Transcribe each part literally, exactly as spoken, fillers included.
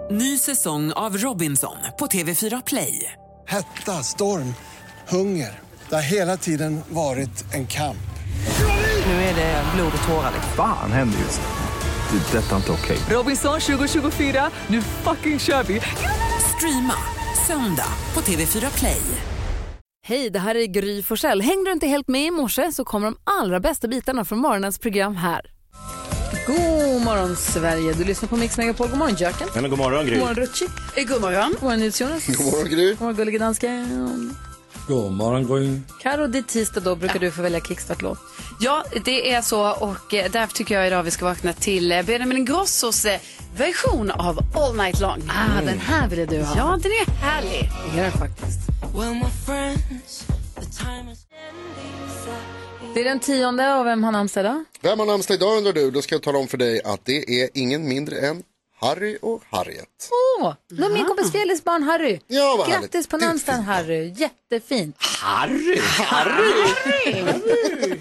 Ny säsong av Robinson på T V fyra Play. Hetta, storm, hunger. Det har hela tiden varit en kamp. Nu är det blod och tårar. Fan händer just det. Det är detta inte okej. Robinson tjugo tjugofyra, nu fucking kör vi. Streama söndag på T V fyra Play. Hej, det här är Gry Forssell. Hängde du inte helt med i morse så kommer de allra bästa bitarna från morgonens program här. God morgon Sverige, du lyssnar på Mix Megapol. God morgon Jöken. Ja, men god morgon Gry. God morgon Rutschi. God morgon. God morgon Nils Jonas. God morgon Gry. God morgon Gullige Dansken. God morgon Gry. Karo, det är tisdag då, brukar ja. du få välja kickstart-låt? Ja, det är så och därför tycker jag idag vi ska vakna till Benjamin Ingrossos version av All Night Long. Ah, mm. Den här vill du ha. Ja, den är härlig. Det är den faktiskt. Det är den tionde av Vem har namnsdag idag? Vem har namnsdag idag undrar du? Då ska jag tala om för dig att det är ingen mindre än Harry och Harriet. Åh, oh, det är min kompis Felix barn Harry. Ja, vad grattis härligt. på namnsdagen Harry, jättefint. Harry, Harry, Harry.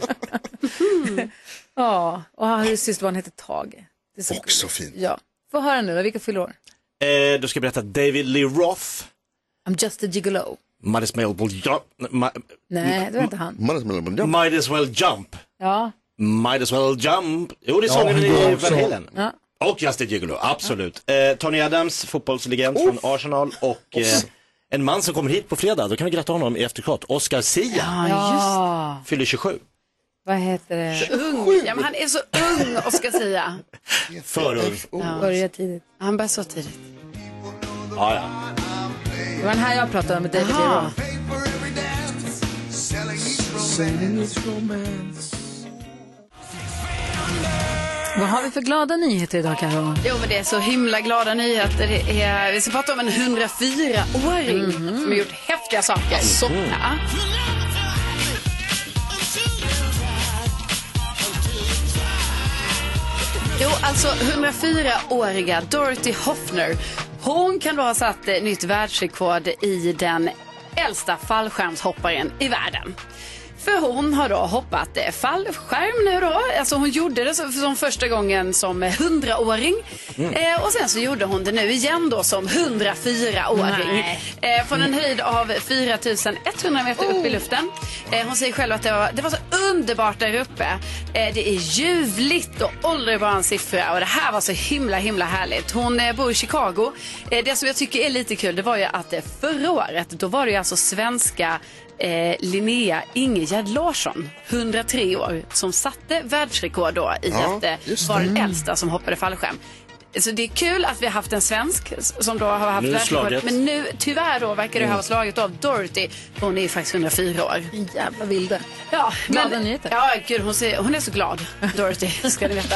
Ja, och Harrys systerbarn heter Tage. Det är så också cool. fint. Ja, få höra nu, vilka fyller år? Eh, då ska jag berätta David Lee Roth. I'm just a gigolo. Might as well jump. Nej, det var inte han. Might as well jump. Ja. Might as well jump. Jo, det är sången i Van Halen. Ja. Och Just a Gigolo, absolut. Ja. Eh, Tony Adams, fotbollslegend oh. från Arsenal. Och eh, en man som kommer hit på fredag, då kan vi gratta honom i efterkort. Oscar Sia. Ja, just. Fyller tjugosju. Vad heter det? Ung. Ja, men han är så ung, Oscar Sia. För ung. Ja. Börjar tidigt. Han börjar så tidigt. Ja, ja. Det var den här jag pratade om med David Lee Roth. Vad har vi för glada nyheter idag, Karo? Jo, men det är så himla glada nyheter. Det är, vi ska prata om en hundrafyra-åring mm-hmm. som har gjort häftiga saker. Så, ja. Jo, alltså hundrafyra-åriga Dorothy Hoffner. Hon kan då ha satt eh, nytt världsrekord i den äldsta fallskärmshopparen i världen. För hon har då hoppat eh, fallskärm nu då. Alltså hon gjorde det som, som första gången som hundraåring. Mm. Eh, och sen så gjorde hon det nu igen då som hundrafyra-åring. Eh, från en höjd av fyra tusen etthundra meter oh. upp i luften. Eh, hon säger själv att det var, det var så underbart där uppe. Eh, det är ljuvligt och ålderbar siffra. Och det här var så himla himla härligt. Hon eh, bor i Chicago. Eh, det som jag tycker är lite kul, det var ju att eh, förra året, då var det ju alltså svenska Eh, Linnea Ingegärd Larsson, hundratre år, som satte världsrekord då i ja, att eh, vara den äldsta som hoppade fallskärm. Så det är kul att vi har haft en svensk som då har haft världsrekord. Men nu tyvärr då verkar det ha slagit av Dorothy. Hon är ju faktiskt hundrafyra år. Jävla vilde. Ja, glada men, nyheter. Ja, gud, hon, ser, hon är så glad, Dorothy, ska ni veta.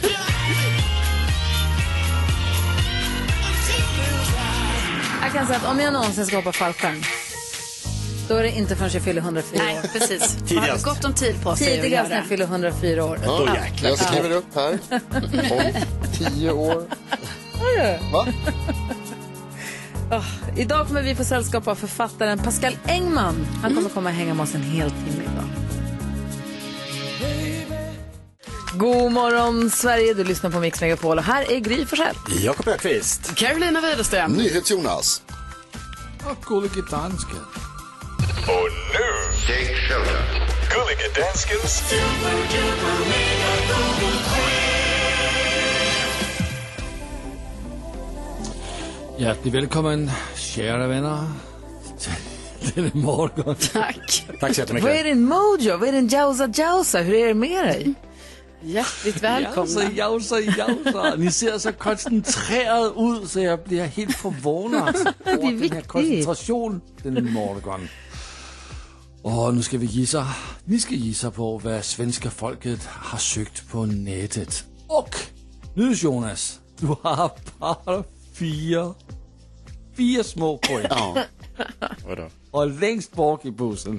Jag kan säga att om jag någonsin ska hoppa fallskärm, då är det inte förrän jag fyller hundrafyra år. Nej, precis. Tidigast. Gott om tid på sig. Tidigast när jag fyller hundrafyra år. Ja, då jäklar. Jag skriver upp här. Om tio år. Va? Oh, idag kommer vi få sällskap av författaren Pascal Engman. Han kommer komma och hänga med oss en hel timme idag. God morgon Sverige, du lyssnar på Mix Megapol och här är Gry Forssell. Jakob Öqvist. Carolina Widerström. NyhetsJonas. Och Gullige Dansken. Och nu, Jake Shelton. Gullige Danskens Hjärtligt välkommen, kära vänner, till morgon. Tack. Tack så jättemycket. Vad är din mojo? Vad är din jausa jausa? Hur är det med dig? Hjärtligt välkomna. Jausa, jausa, jausa. Ni ser så koncentrerade ut så jag blir helt förvånad över den här koncentration den morgon. Och nu ska vi gissa. Ni ska gissa på vad svenska folket har sökt på nätet. Och nu Jonas, du har bara fyra, fyra små poäng. Ja. Och längst bak i bussen.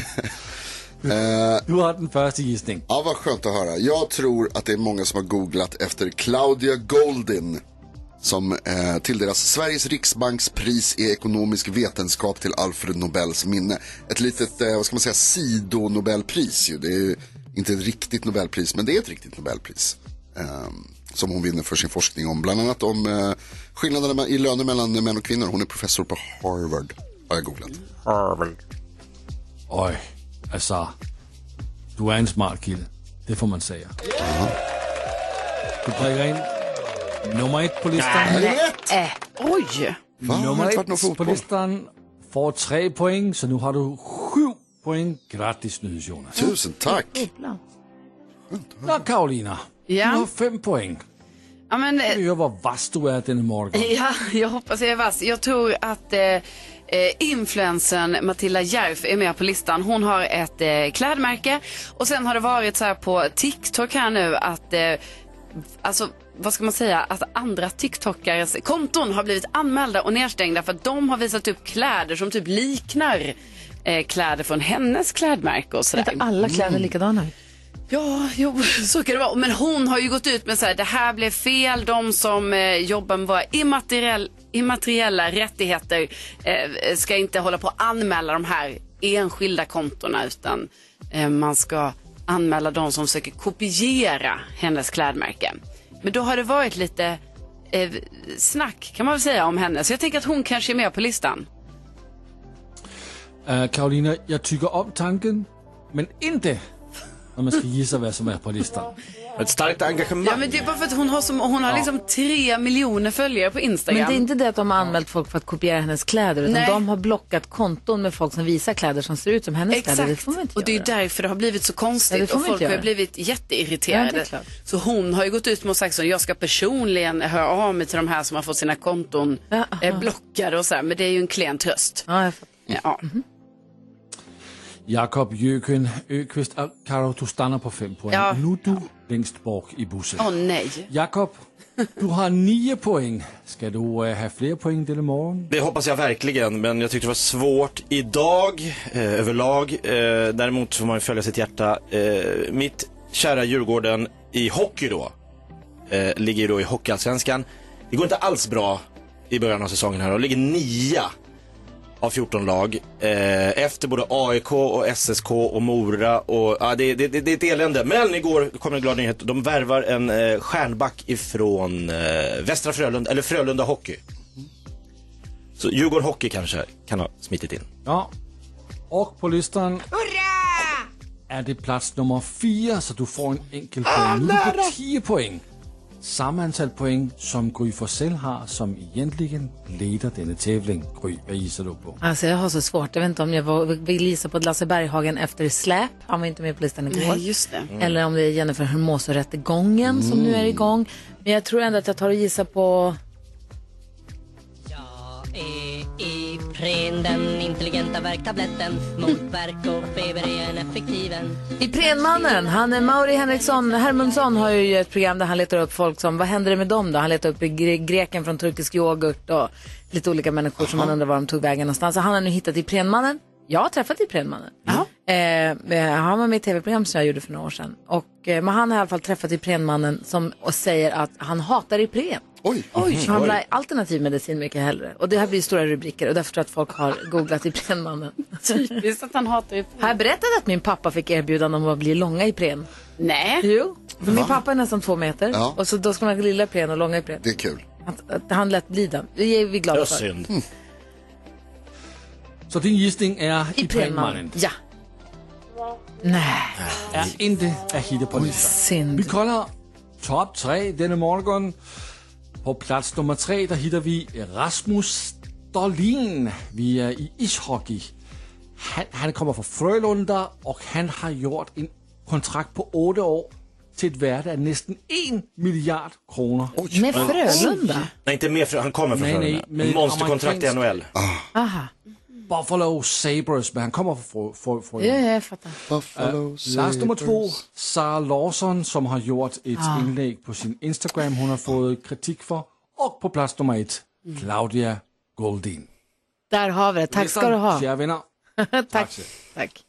Du har den första gissning. Ja, vad skönt att höra. Jag tror att det är många som har googlat efter Claudia Goldin, som eh, tilldelas Sveriges Riksbanks pris i ekonomisk vetenskap till Alfred Nobels minne. Ett litet, eh, vad ska man säga, sidonobelpris ju. Det är ju inte ett riktigt Nobelpris, men det är ett riktigt Nobelpris. eh, som hon vinner för sin forskning om. Bland annat om eh, skillnaderna i löner mellan män och kvinnor. Hon är professor på Harvard, har jag googlat. Harvard. Oj, alltså, du är en smart kille. Det får man säga. Ja. Du prickar in nummer ett på listan. Nej. Äh, oj! Va? Nummer ett på listan får tre poäng, så nu har du sju poäng. Grattis, Jonas. Tusen tack. Ja, Karolina, ja. du har fem poäng. Ja, men, vi gör vad vass du är den morgon. Ja, jag hoppas jag är vass. Jag tror att eh, influensen Matilda Järf är med på listan. Hon har ett eh, klädmärke. Och sen har det varit så här på TikTok här nu att, eh, alltså vad ska man säga, att andra TikTokares konton har blivit anmälda och nedstängda för att de har visat upp kläder som typ liknar eh, kläder från hennes klädmärke och sådär. Inte alla kläder Mm. likadana. Ja, jo, så kan det vara. Men hon har ju gått ut med så här, det här blev fel. De som eh, jobbar med våra immateriell, immateriella rättigheter eh, ska inte hålla på att anmäla de här enskilda kontona, utan eh, man ska anmäla de som försöker kopiera hennes klädmärke. Men då har det varit lite eh, snack, kan man väl säga, om henne. Så jag tänker att hon kanske är med på listan. Uh, Karolina, jag tycker om tanken, men inte när man ska gissa vad som är på listan. Ett starkt engagemang. Ja, men det är bara för att hon har, som, hon har Ja. liksom tre miljoner följare på Instagram. Men det är inte det att de har anmält folk för att kopiera hennes kläder, utan Nej. de har blockat konton med folk som visar kläder som ser ut som hennes Exakt. kläder. Det får man inte och det är göra. därför det har blivit så Ja, konstigt det får och man folk inte har göra. blivit Ja, jätteirriterade. det är klart. Så hon har ju gått ut med och sagt så, jag ska personligen höra av mig till de här som har fått sina konton Ja, eh, blockade och så här, men det är ju en klen tröst. Ja, jag fattar. Ja. Jakob Jöken Öqvist och Karo, du stannar på fem poäng. Ja. Nu är du längst bak i bussen. Åh nej. Jakob, du har nio poäng. Ska du uh, ha fler poäng till imorgon? Det hoppas jag verkligen, men jag tyckte det var svårt idag eh, överlag. Eh, däremot får man ju följa sitt hjärta. Eh, mitt kära Djurgården i hockey då eh, ligger då i Hockeyallsvenskan. Det går inte alls bra i början av säsongen här och ligger nia av fjorton lag. Eh, efter både A I K och S S K och Mora. Och, ja, det, det, det, det är ett elände. Men igår kom en glad nyhet. De värvar en eh, stjärnback ifrån eh, Västra Frölunda, eller Frölunda Hockey. Så Djurgården Hockey kanske kan ha smittit in. Ja. Och på listan är det plats nummer fyra, så du får en enkel poäng. Nu är det tio poäng. Samma antal poäng som Gry Forssell har, som egentligen leder denna tävling. Gry, vad gissar du på? Alltså jag har så svårt. Jag vet inte om jag var, vill gissa på Lasse Berghagen efter släp. Han var inte med på listan igår. Nej, just det. Mm. Eller om det är Jennifer Hermoso-rättegången mm. som nu är igång. Men jag tror ändå att jag tar och gissar på... Ipren, den intelligenta värktabletten mot värk och feber är en effektiven. Iprenmannen, han är Mauri Henriksson. Hermundsson har ju ett program där han letar upp folk som, vad händer det med dem då? Han letar upp gre- greken från turkisk yoghurt och lite olika människor som man undrar var de tog vägen någonstans. Så han har nu hittat Iprenmannen. Jag har träffat Iprenmannen. Eh, han var med i ett tv-program som jag gjorde för några år sedan. Och, eh, men han har i alla fall träffat Iprenmannen som och säger att han hatar Ipren. Oj. Oj, så han vill ha alternativ medicin mycket hellre. Och det här blir stora rubriker och därför tror jag att folk har googlat Iprenmannen. Typiskt att han hatar Ipren. Har jag berättat att min pappa fick erbjudande om att bli långa Ipren? Nej. Jo, för min pappa är nästan två meter. Ja. Och så då ska man ha lilla Ipren och långa Ipren. Det är kul. Att, att han lät bli den. Det är vi Det glada var för. synd. Mm. Så din gissning är Iprenmannen. Iprenmannen. Ja. Nej. Är inte att hitta på listan. Synd. Vi kollar topp tre denna morgon. På plats nummer tre, där hittar vi Rasmus Dahlin. Vi är i ishockey. Han, han kommer från Frölunda och han har gjort en kontrakt på åtta år till ett värde av nästan en miljard kronor. Oj. Med Frölunda? Nej, inte mer, för han kommer från Nej, nej, Frölunda. med Monsterkontrakt i N H L. Aha. Buffalo Sabres, men han kommer från Frölunda. Ja, ja, jag fattar. Buffalo Lars nummer två, Sara Larsson, som har gjort ett Ah. inlägg på sin Instagram. Hon har fått kritik för. Och på plats nummer ett, Claudia Goldin. Där har vi det. Tack ska du ha. Kära vänner. Tack. Tack.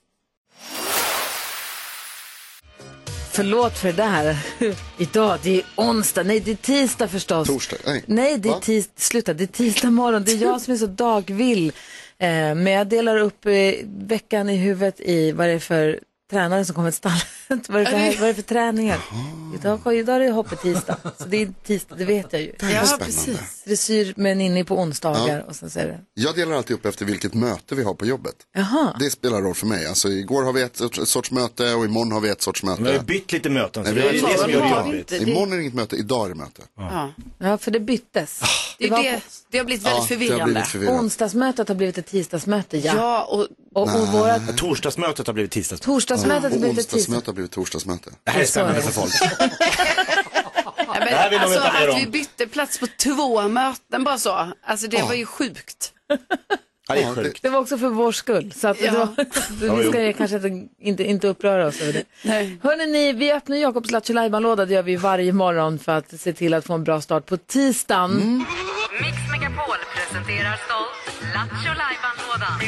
Förlåt för det där. Idag, det är onsdag. Nej, det är tisdag förstås. Torsdag, nej. Nej, det är Va? tisdag. Sluta, det är tisdag morgon. Det är jag som är så dagvill. Eh, men jag delar upp eh, veckan i huvudet i vad det är för tränare som kommer till stallet. Vad är det för, vad är det för träningar? Idag, idag är det hoppet tisdag. Så det är tisdag, det vet jag ju. Ja, precis. Dressyr med en inne på onsdagar. Ja. Och sen så är det... Jag delar alltid upp efter vilket möte vi har på jobbet. Jaha. Det spelar roll för mig. Alltså igår har vi ett sorts möte och imorgon har vi ett sorts möte. Vi har ju bytt lite möten. Så Nej, det är det som gör det Ja, jobbigt. det- Imorgon är det inget möte, idag är det möte. Ja. Ja, för det byttes. Det, är det, det har blivit väldigt Ja, det har förvirrande. blivit förvirrande. Onsdagsmötet har blivit ett tisdagsmöte, ja. Ja, och Och, och vårat Torsdagsmötet har blivit tisdags. torsdagsmötet har Och blivit ett tisdags... onsdagsmöte har blivit torsdagsmöte. Det här är spännande för folk. ja, men, här vill de alltså, veta mer att om. vi bytte plats på två möten bara så. Alltså det var ju sjukt. Ja, det är sjukt. Det var också för vår skull. Så att Ja. det var, vi ska ju kanske inte, inte, inte uppröra oss över det. Nej. Hörrni, ni, vi öppnar Jakobs Lattjo Lajban-låda. Det gör vi varje morgon för att se till att få en bra start på tisdagen. Mix Megapol presenterar stolt Lattjo Lajban-lådan.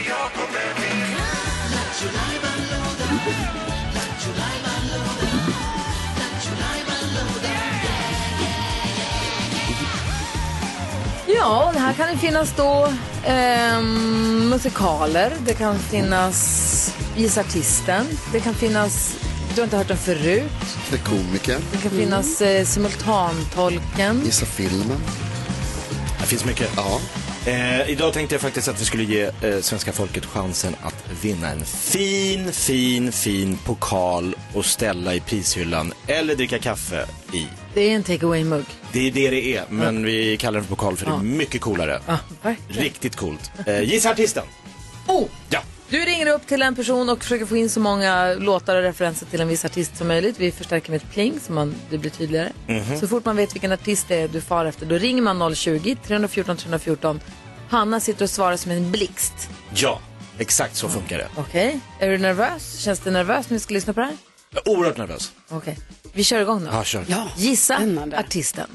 Ja, det här kan det finnas då ehm, musikaler. Det kan finnas Gissa artisten. Det kan finnas, du har inte hört den förut. Det är komiker. Det kan finnas eh, simultantolken. Gissa filmen. Det finns mycket. Ja. Eh, idag tänkte jag faktiskt att vi skulle ge eh, svenska folket chansen att vinna en fin, fin, fin pokal och ställa i prishyllan eller dricka kaffe i. Det är en take-away-mugg. Det är det det är, men ja. vi kallar det för pokal för Ja. det är mycket coolare. Ja, verkligen. Riktigt coolt. Eh, gissa artisten. Oh! Ja. Du ringer upp till en person och försöker få in så många låtar och referenser till en viss artist som möjligt. Vi förstärker med ett pling så man, det blir tydligare. Mm-hmm. Så fort man vet vilken artist det är du far efter, då ringer man noll tjugo, tre fjorton, tre fjorton. Hanna sitter och svarar som en blixt. Ja, exakt så funkar det. Okej, okay. Är du nervös? Känns det nervös när vi ska lyssna på det här? Jag är oerhört nervös. Okej, okay. Vi kör igång då. Ja, kör. Ja, Gissa spännande. artisten.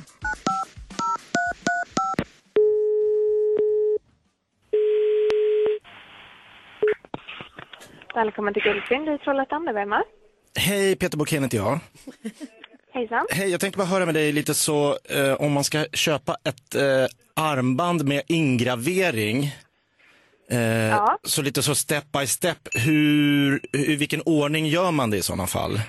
Välkommen till Guldfynd i Trollhättan, det är Emma. Hej, Peter Bokén heter jag. Hejsan. Hej, jag tänkte bara höra med dig lite så eh, om man ska köpa ett eh, armband med ingravering. Eh, Ja. Så lite så step by step, hur, i vilken ordning gör man det i sådana fall?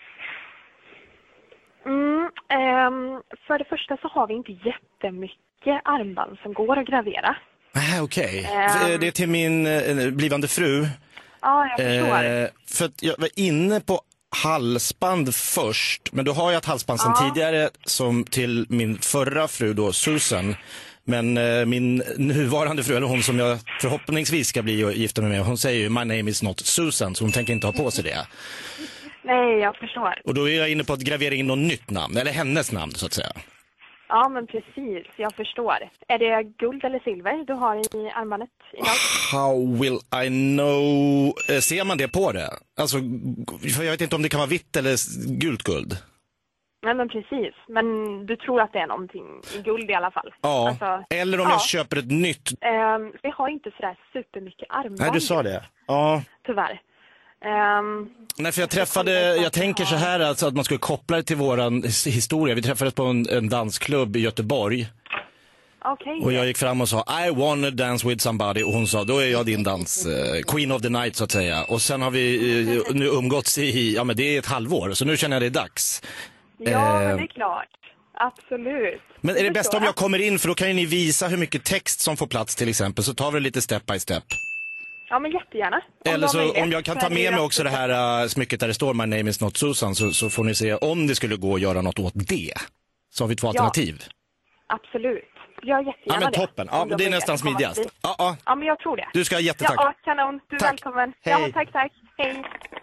Mm, ehm, för det första så har vi inte jättemycket armband som går att gravera. Nej, okej. Ehm. Det är till min eh, blivande fru. Ja, jag förstår. Eh, för att jag var inne på halsband först, men då har jag ett halsband sedan Ja. tidigare som till min förra fru då, Susan. Men eh, min nuvarande fru, eller hon som jag förhoppningsvis ska bli och gifta mig med, hon säger ju my name is not Susan, så hon tänker inte ha på sig det. Nej, jag förstår. Och då är jag inne på att gravera in något nytt namn, eller hennes namn så att säga. Ja, men precis. Jag förstår. Är det guld eller silver du har i armbandet idag? How will I know? Eh, ser man det på det? Alltså, för jag vet inte om det kan vara vitt eller s- gult guld. Nej, men precis. Men du tror att det är någonting i guld i alla fall? Ja, Alltså, eller om ja. jag köper ett nytt. Ehm, vi har inte sådär supermycket armband. Nej, du sa det. Ja. Tyvärr. Ehm, Nej, för jag träffade, jag tänker så här alltså att man skulle koppla det till våran his- historia. Vi träffades på en, en dansklubb i Göteborg. Okej. Och jag gick fram och sa I wanna dance with somebody. Och hon sa, då är jag din dans, eh, queen of the night så att säga. Och sen har vi eh, nu umgåtts i, ja men det är ett halvår. Så nu känner jag det är dags. Ja, Eh, men det är klart. Absolut. Men är det Jag bästa förstår. om jag kommer in, för då kan ju ni visa hur mycket text som får plats till exempel. Så tar vi det lite step by step. Ja, men jättegärna. Om Eller du har så möjlighet om jag kan så ta är det med ju mig också det här uh, smycket där det står My name is not Susan, så, så får ni se om det skulle gå att göra något åt det. Så har vi två Ja. alternativ. Absolut. Gör jättegärna Ja men det. toppen, ja, Om du har det är möjlighet nästan att komma smidigast. hit. Ja, ja. Ja, men jag tror det. Du ska ha jättetack. Ja, kanon. Du är Tack. välkommen. Hej. Ja, tack, tack. Hej.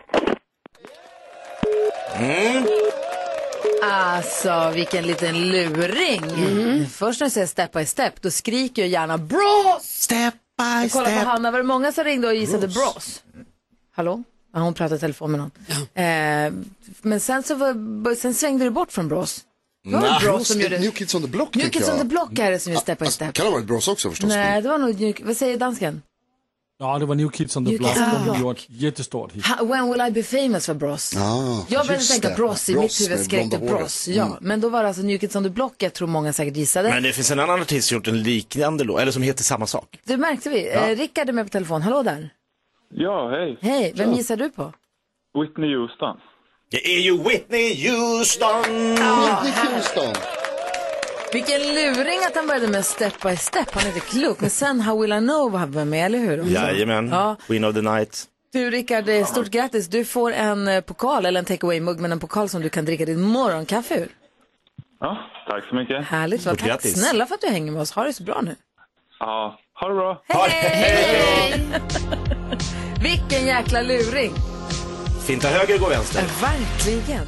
Mm. Alltså, vilken liten luring. Mm. Först när du säger step by step, då skriker jag gärna bros! Step by jag kollar step. på Hanna, var det många som ringde och gissade bros? bros? Hallå? Ja, hon pratade i telefon med någon. Ja. Eh, men sen, så var, sen svängde du bort från bros. Det var Nej, bros som gjorde... New Kids on the Block, New tänker Kids jag. on the Block är det som gör step by step. Kan det ha varit Bros också förstås? Nej, det var nog New... Vad säger dansken? Ja, det var New Kids on the New Block. Kids on the De Block. gjorde ett jättestort hit. Ha, When will I be famous för bros? Ah, jag började just tänka det. bros i Bros mitt huvud, med skrek det blonda bros. håret. Ja, Mm. men då var det alltså New Kids on the Block, jag tror många säkert gissade. Men det finns en annan artist som gjort en liknande låt, eller som heter samma sak. Det märkte vi. Ja. Eh, Rickard är med på telefon. Hallå där. Ja, hej. Hej, vem Ja. gissar du på? Whitney Houston. Det är ju Whitney Houston! Whitney Houston. Vilken luring att han började med Step by Step. Han är inte klok. Men sen How Will I Know var med, eller hur? Jajamän, ja. Queen of the Night. Du Rickard, stort grattis. Du får en pokal eller en takeaway-mugg, men en pokal som du kan dricka ditt morgonkaffe ur. Ja, tack så mycket. Härligt, vad tack grattis. Snälla för att du hänger med oss. Ha det så bra nu. Ja, ha det bra. Hej! Hej! Vilken jäkla luring. Finta höger, gå vänster. Ja, verkligen.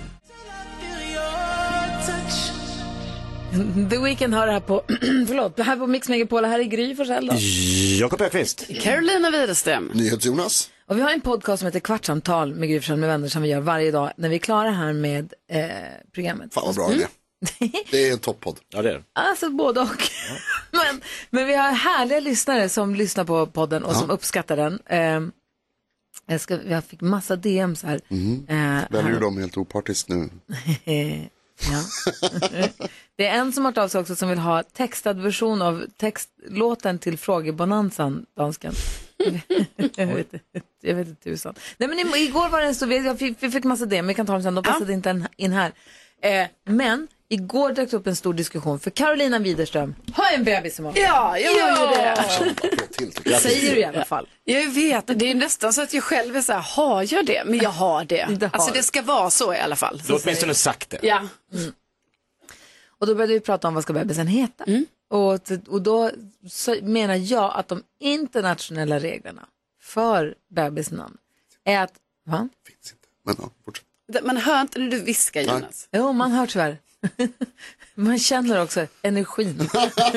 The Weeknd har det här på, förlåt, det här på Mix Megapol. Här är Gry Forssell då. Jakob Ekqvist. Carolina Widerström. NyhetsJonas. Och vi har en podcast som heter Kvartsamtal med Gry Forssell med vänner som vi gör varje dag när vi är klara här med eh, programmet. Fan vad bra det är. Det är en toppodd. Ja, det är det. Alltså både och. Ja. men, men vi har härliga lyssnare som lyssnar på podden och ja. som uppskattar den. Eh, jag, ska, jag fick massa D M's här. Mm. Eh, Väljer du dem helt opartiskt nu? Ja. Det är en som har hört av sig också som vill ha textad version av textlåten till frågebonanzan, dansken. jag, vet, jag vet inte tusan. Nej, men igår var det en stor, jag fick, vi fick massa det, men vi kan ta dem sen, de passade ja. inte in här. Eh, men igår dök upp en stor diskussion för Carolina Widerström har en bebis imorgon. Ja, jag ja. har ju det. Det säger du i alla fall. Jag vet, det är nästan så att jag själv är så här, har jag det? Men jag har det. det har alltså det ska vara så i alla fall. Du har åtminstone sagt det. Ja. Mm. Och då började vi prata om vad ska bebisen heta. Mm. Och, och då så menar jag att de internationella reglerna för bebisnamn är att, va? Finns inte. Men ja, fortsätt. Man hör inte när du viskar, Jonas. Jo, man hör tyvärr. Man känner också energin.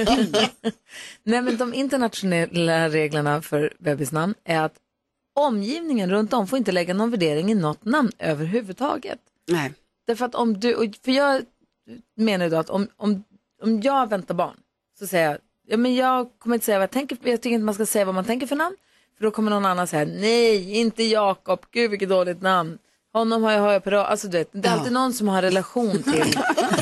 Nej, men de internationella reglerna för bebisnamn är att omgivningen runt om får inte lägga någon värdering i något namn överhuvudtaget. Nej. Därför att om du, för jag menar ju då att om, om, om jag väntar barn så säger jag, ja men jag kommer inte säga vad jag tänker, jag tycker inte man ska säga vad man tänker för namn. För då kommer någon annan säga, nej, inte Jakob, gud vilket dåligt namn. Honom har jag hört på, alltså du vet, det är alltid någon som har relation till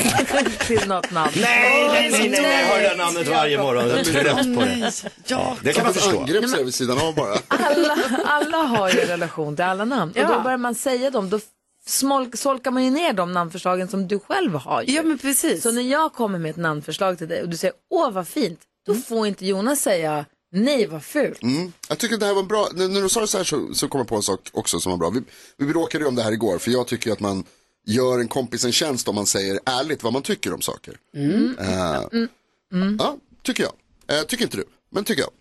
till något namn. Nej, nej, nej, nej, jag hör det här namnet varje morgon. Jag är trött på det. Ja, det kan man förstå. Angrepp sig vid sidan av bara. Alla, alla har ju relation till alla namn. Ja. Och då börjar man säga dem, då smolk, solkar man ju ner de namnförslagen som du själv har ju. Ja, men precis. Så när jag kommer med ett namnförslag till dig och du säger, åh vad fint, då mm. får inte Jonas säga, nej vad fult. Mm. Jag tycker det här var bra, när, när du sa det så här så, så kom jag på en sak också som var bra. Vi, vi bråkade ju om det här igår, för jag tycker att man gör en kompis en tjänst om man säger ärligt vad man tycker om saker. Mm. Uh, mm. Mm. Ja, tycker jag. Uh, tycker inte du, men tycker jag.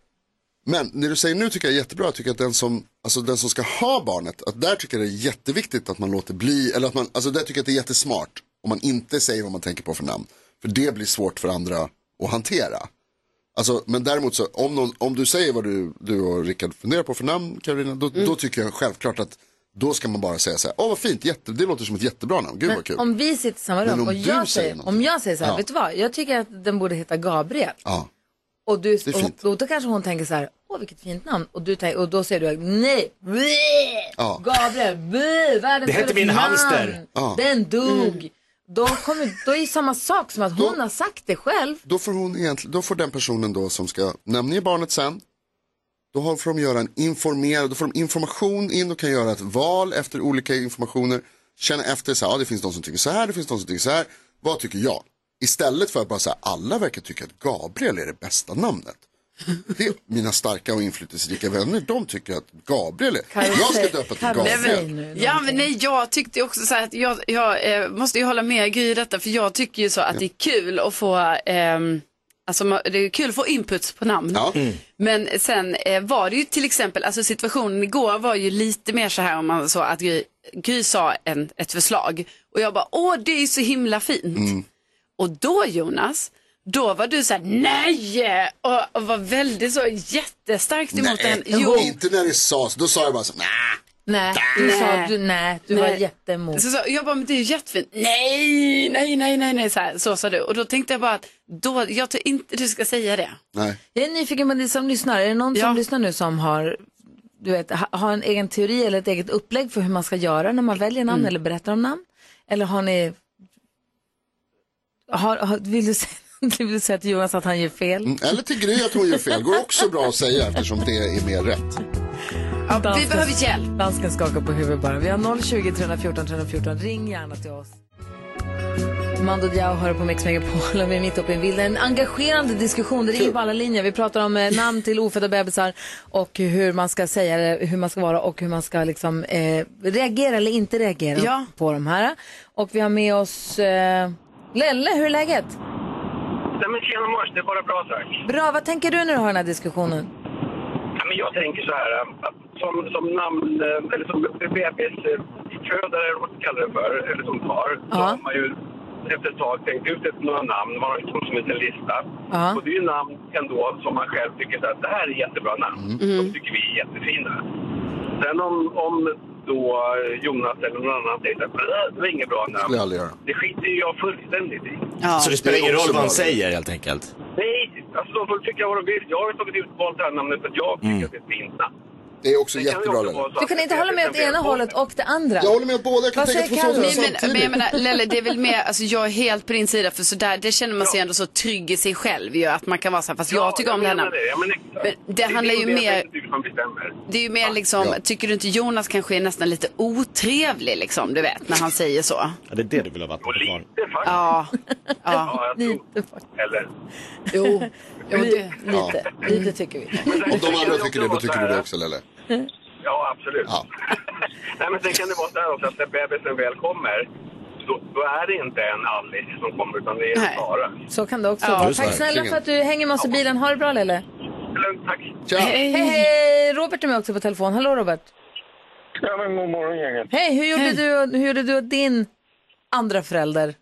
Men när du säger nu tycker jag är jättebra. Jag tycker att den som, alltså den som ska ha barnet, att där tycker jag det är jätteviktigt att man låter bli, eller att man, alltså där tycker jag att det är jättesmart om man inte säger vad man tänker på för namn. För det blir svårt för andra att hantera. Alltså, men däremot så, om, någon, om du säger vad du, du och Rickard funderar på för namn, Carolina, då, mm. då tycker jag självklart att då ska man bara säga så här, åh vad fint, jätte, det låter som ett jättebra namn, gud men vad kul. Om vi sitter i samma rum och jag säger, om jag säger så här, ja. vet du vad, jag tycker att den borde heta Gabriel. Ja. Och, du, och, och då kanske hon tänker så här, åh vilket fint namn. Och, du tänker, och då säger du, nej, bleh, ja. Gabriel, bleh, världens det hette min namn. hamster. Ja. Den dog. Mm. Då, kommer, då är det samma sak som att hon då, har sagt det själv. Då får, hon egentligen, då får den personen då som ska namnge barnet sen, då får de göra en informerad, då får de information in och kan göra ett val efter olika informationer. Känna efter så här, ja det finns de som tycker så här, det finns de som tycker så här. Vad tycker jag? Istället för att bara säga, alla verkar tycka att Gabriel är det bästa namnet. Det är mina starka och inflytelserika vänner, de tycker att Gabriel är, jag ska döpa till Gabriel. Ja men nej, jag tyckte också så här att jag, jag eh, måste ju hålla med Gry i detta, för jag tycker ju så att ja. det är kul att få eh, alltså det är kul att få inputs på namn. Ja. Mm. Men sen eh, var det ju till exempel, alltså situationen igår var ju lite mer så här om man så att Gry, Gry sa en, ett förslag och jag bara, åh det är så himla fint. Mm. Och då Jonas, då var du så här, nej! Och, och var väldigt så jättestarkt emot nej, den. Jo, inte när det sades. Då sa jag bara så, nej. Nej, du nej. sa du, nej, du nej. var jätteemot. Så, så, jag bara, men det är ju jättefint. Nej, nej, nej, nej, nej, så, här, så sa du. Och då tänkte jag bara att, då, jag tror inte du ska säga det. Nej. Jag är nyfiken på det som lyssnar. Är det någon ja. som lyssnar nu som har, du vet, har en egen teori eller ett eget upplägg för hur man ska göra när man väljer namn mm. eller berättar om namn? Eller har ni, har, har, vill du säga Du vill säga till Jonas att han gör fel? Mm, eller till Gry att hon gör fel. Går också bra att säga eftersom det är mer rätt. Ja, dansken, vi behöver hjälp. Dansken skakar på huvudet bara. Vi har noll tjugo, tre fjorton, tre fjorton. Ring gärna till oss. Mando Diao hör på Mix Megapol och vi är mitt uppe i en vild. En engagerande diskussion, det ringer på alla linjer. Vi pratar om eh, namn till ofödda bebisar och hur man ska säga det, hur man ska vara och hur man ska liksom eh, reagera eller inte reagera ja. på de här. Och vi har med oss eh, Lelle, hur är läget? Nej men tjena mors, det är bara bra tack. Bra, vad tänker du när du hör den här diskussionen? Ja, men jag tänker så här, att som, som namn, eller som bebisfödare eller vad man kallar det för, eller som par, så har man ju efter ett tag tänkt ut ett några namn, man har liksom som en lista. Aha. Och det är ju namn ändå som man själv tycker att det här är jättebra namn. Mm. De tycker vi är jättefina. Sen om, om då Jonas eller någon annan säger att det var inget bra namn. Det, aldrig göra. Det skiter ju jag fullständigt i. Ja. Så det spelar ingen roll vad han säger helt enkelt? Nej, alltså de får tycka vad de vill. Jag har tagit ut valt det här namnet för att jag tycker mm. att det är ett fint namn. Det är också det jättebra, Lelle. Du kan inte hålla med åt ena hållet och det andra. Jag håller med åt båda. Jag kan tänka två saker samtidigt. Men jag menar, Lelle, det är väl mer, alltså jag är helt på din sida, för så där, det känner man sig ändå så trygg i sig själv ju, att man kan vara så här, fast jag tycker om det här namnet. Men det handlar ju mer, det är ju mer liksom, tycker du inte Jonas kanske är nästan lite otrevlig liksom, du vet, när han säger så? Ja, det är det du vill ha varit på kvar. Ja, ja, lite eller? Jo, jo det, lite, lite tycker vi. Om de andra tycker det, då tycker du det också, Lelle. Ja, absolut. Ja. Nej, men sen kan det vara så här också att när bebisen väl kommer, då, då är det inte en Alice som kommer, utan det är en Sara. Så kan det också ja. vara. Tack snälla för att du hänger med oss i bilen. Ha det bra, Lelle. Lugnt, tack. Hej, hej. Robert är med också på telefon. Hallå, Robert. Ja, men god morgon, gänget. Hej, hur gjorde du, hur gjorde du och din andra förälder?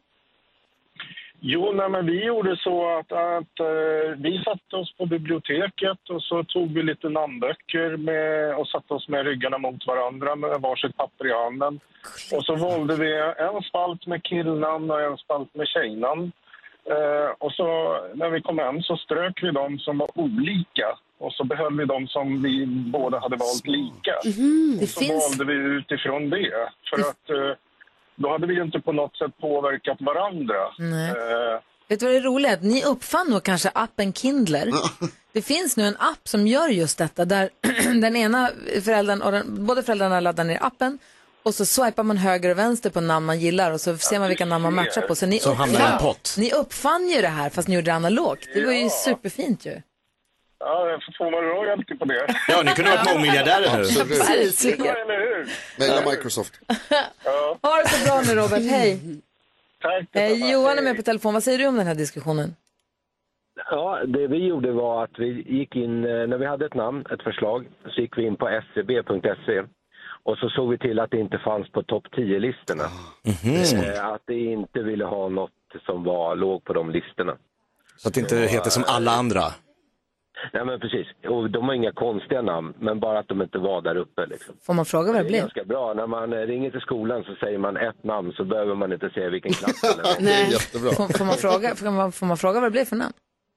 Jo, nej, men vi gjorde så att, att uh, vi satte oss på biblioteket och så tog vi lite namnböcker med, och satte oss med ryggarna mot varandra med varsitt papper i handen. Och så valde vi en spalt med killnamn och en spalt med tjejnamn. Uh, och så när vi kom hem så strök vi dem som var olika. Och så behöll vi dem som vi båda hade valt lika. Mm, det och så finns... valde vi utifrån det. För det... att... Uh, Då hade vi ju inte på något sätt påverkat varandra. Nej. Eh. Vet du vad det är roligt? Ni uppfann nog kanske appen Kindler. Det finns nu en app som gör just detta. Där den ena föräldern, och den, båda föräldrarna laddar ner appen. Och så swipar man höger och vänster på namn man gillar. Och så ser man vilka namn man matchar på. Så ni, så hamnar uppfann, en pott. Ni uppfann ju det här fast ni gjorde det analogt. Det var ju superfint ju. Ja, får man royalty på det. Ja, ni kunde ha varit mångmiljardärer nu. Ja, precis. Eller hur? Maila Microsoft. Ja. Ha det så bra nu, Robert. Hej. Tack. Hej, Johan är med på telefon. Vad säger du om den här diskussionen? Ja, det vi gjorde var att vi gick in, när vi hade ett namn, ett förslag, så gick vi in på s c b punkt se och så såg vi till att det inte fanns på topp tio-listorna. Mm-hmm. Att det inte ville ha något som var låg på de listorna. Så att det inte heter som alla andra? Nej, men precis. Och de har inga konstiga namn, men bara att de inte var där uppe. Liksom. Får man fråga vad det, det blir? Det är ganska bra. När man ringer till skolan så säger man ett namn, så behöver man inte säga vilken klass. Eller Nej. Det är jättebra. Får, får, man fråga, får, man, får man fråga vad det blir för namn?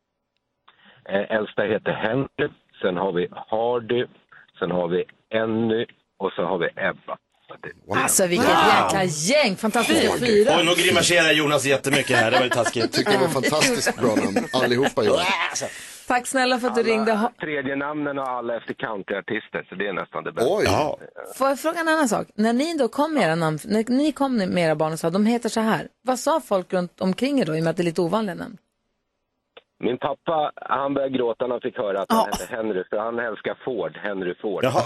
Eh, äldsta heter Henry, sen har vi Hardy, sen har vi Enny och så har vi Ebba. Wow. Alltså vilket wow. jäkla gäng, fantastiska wow. fyra. Och nu grimaserar Jonas jättemycket här, det var ju taskigt. Tycker det var fantastiskt bra namn, allihopa gör. Tack snälla för att du alla ringde. Tredje namnen och alla efter countryartister, så det är nästan det bästa. Oj. Ja. Får jag fråga en annan sak? När ni då kom med era namn, när ni kom med era barn och sa de heter så här, vad sa folk runt omkring er då, i och med att det är lite ovanliga namn? Min pappa, han började gråta när han fick höra att han oh. hette Henry, för han älskar Ford, Henry Ford. Jaha.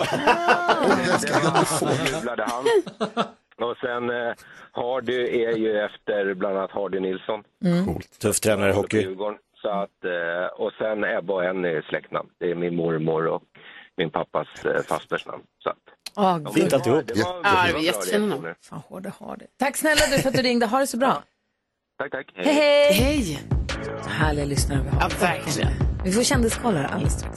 Det jublade han. Och sen eh, Hardy är ju efter bland annat Hardy Nilsson. Mm. Coolt. Tuff tränare i hockey. Så att, eh, och sen Ebba och en är släktnamn. Det är min mormor och min pappas eh, fasters namn. Så att, oh, fint alltihop. Det var, ja, det var jättefina. Fan, hårde, hårde. Tack snälla du för att du ringde. Ha det så bra. Tack, tack. Hej, hej. Hej. Så härliga lyssnare vi har. Ja, verkligen. Vi får kändiskollar alldeles strax.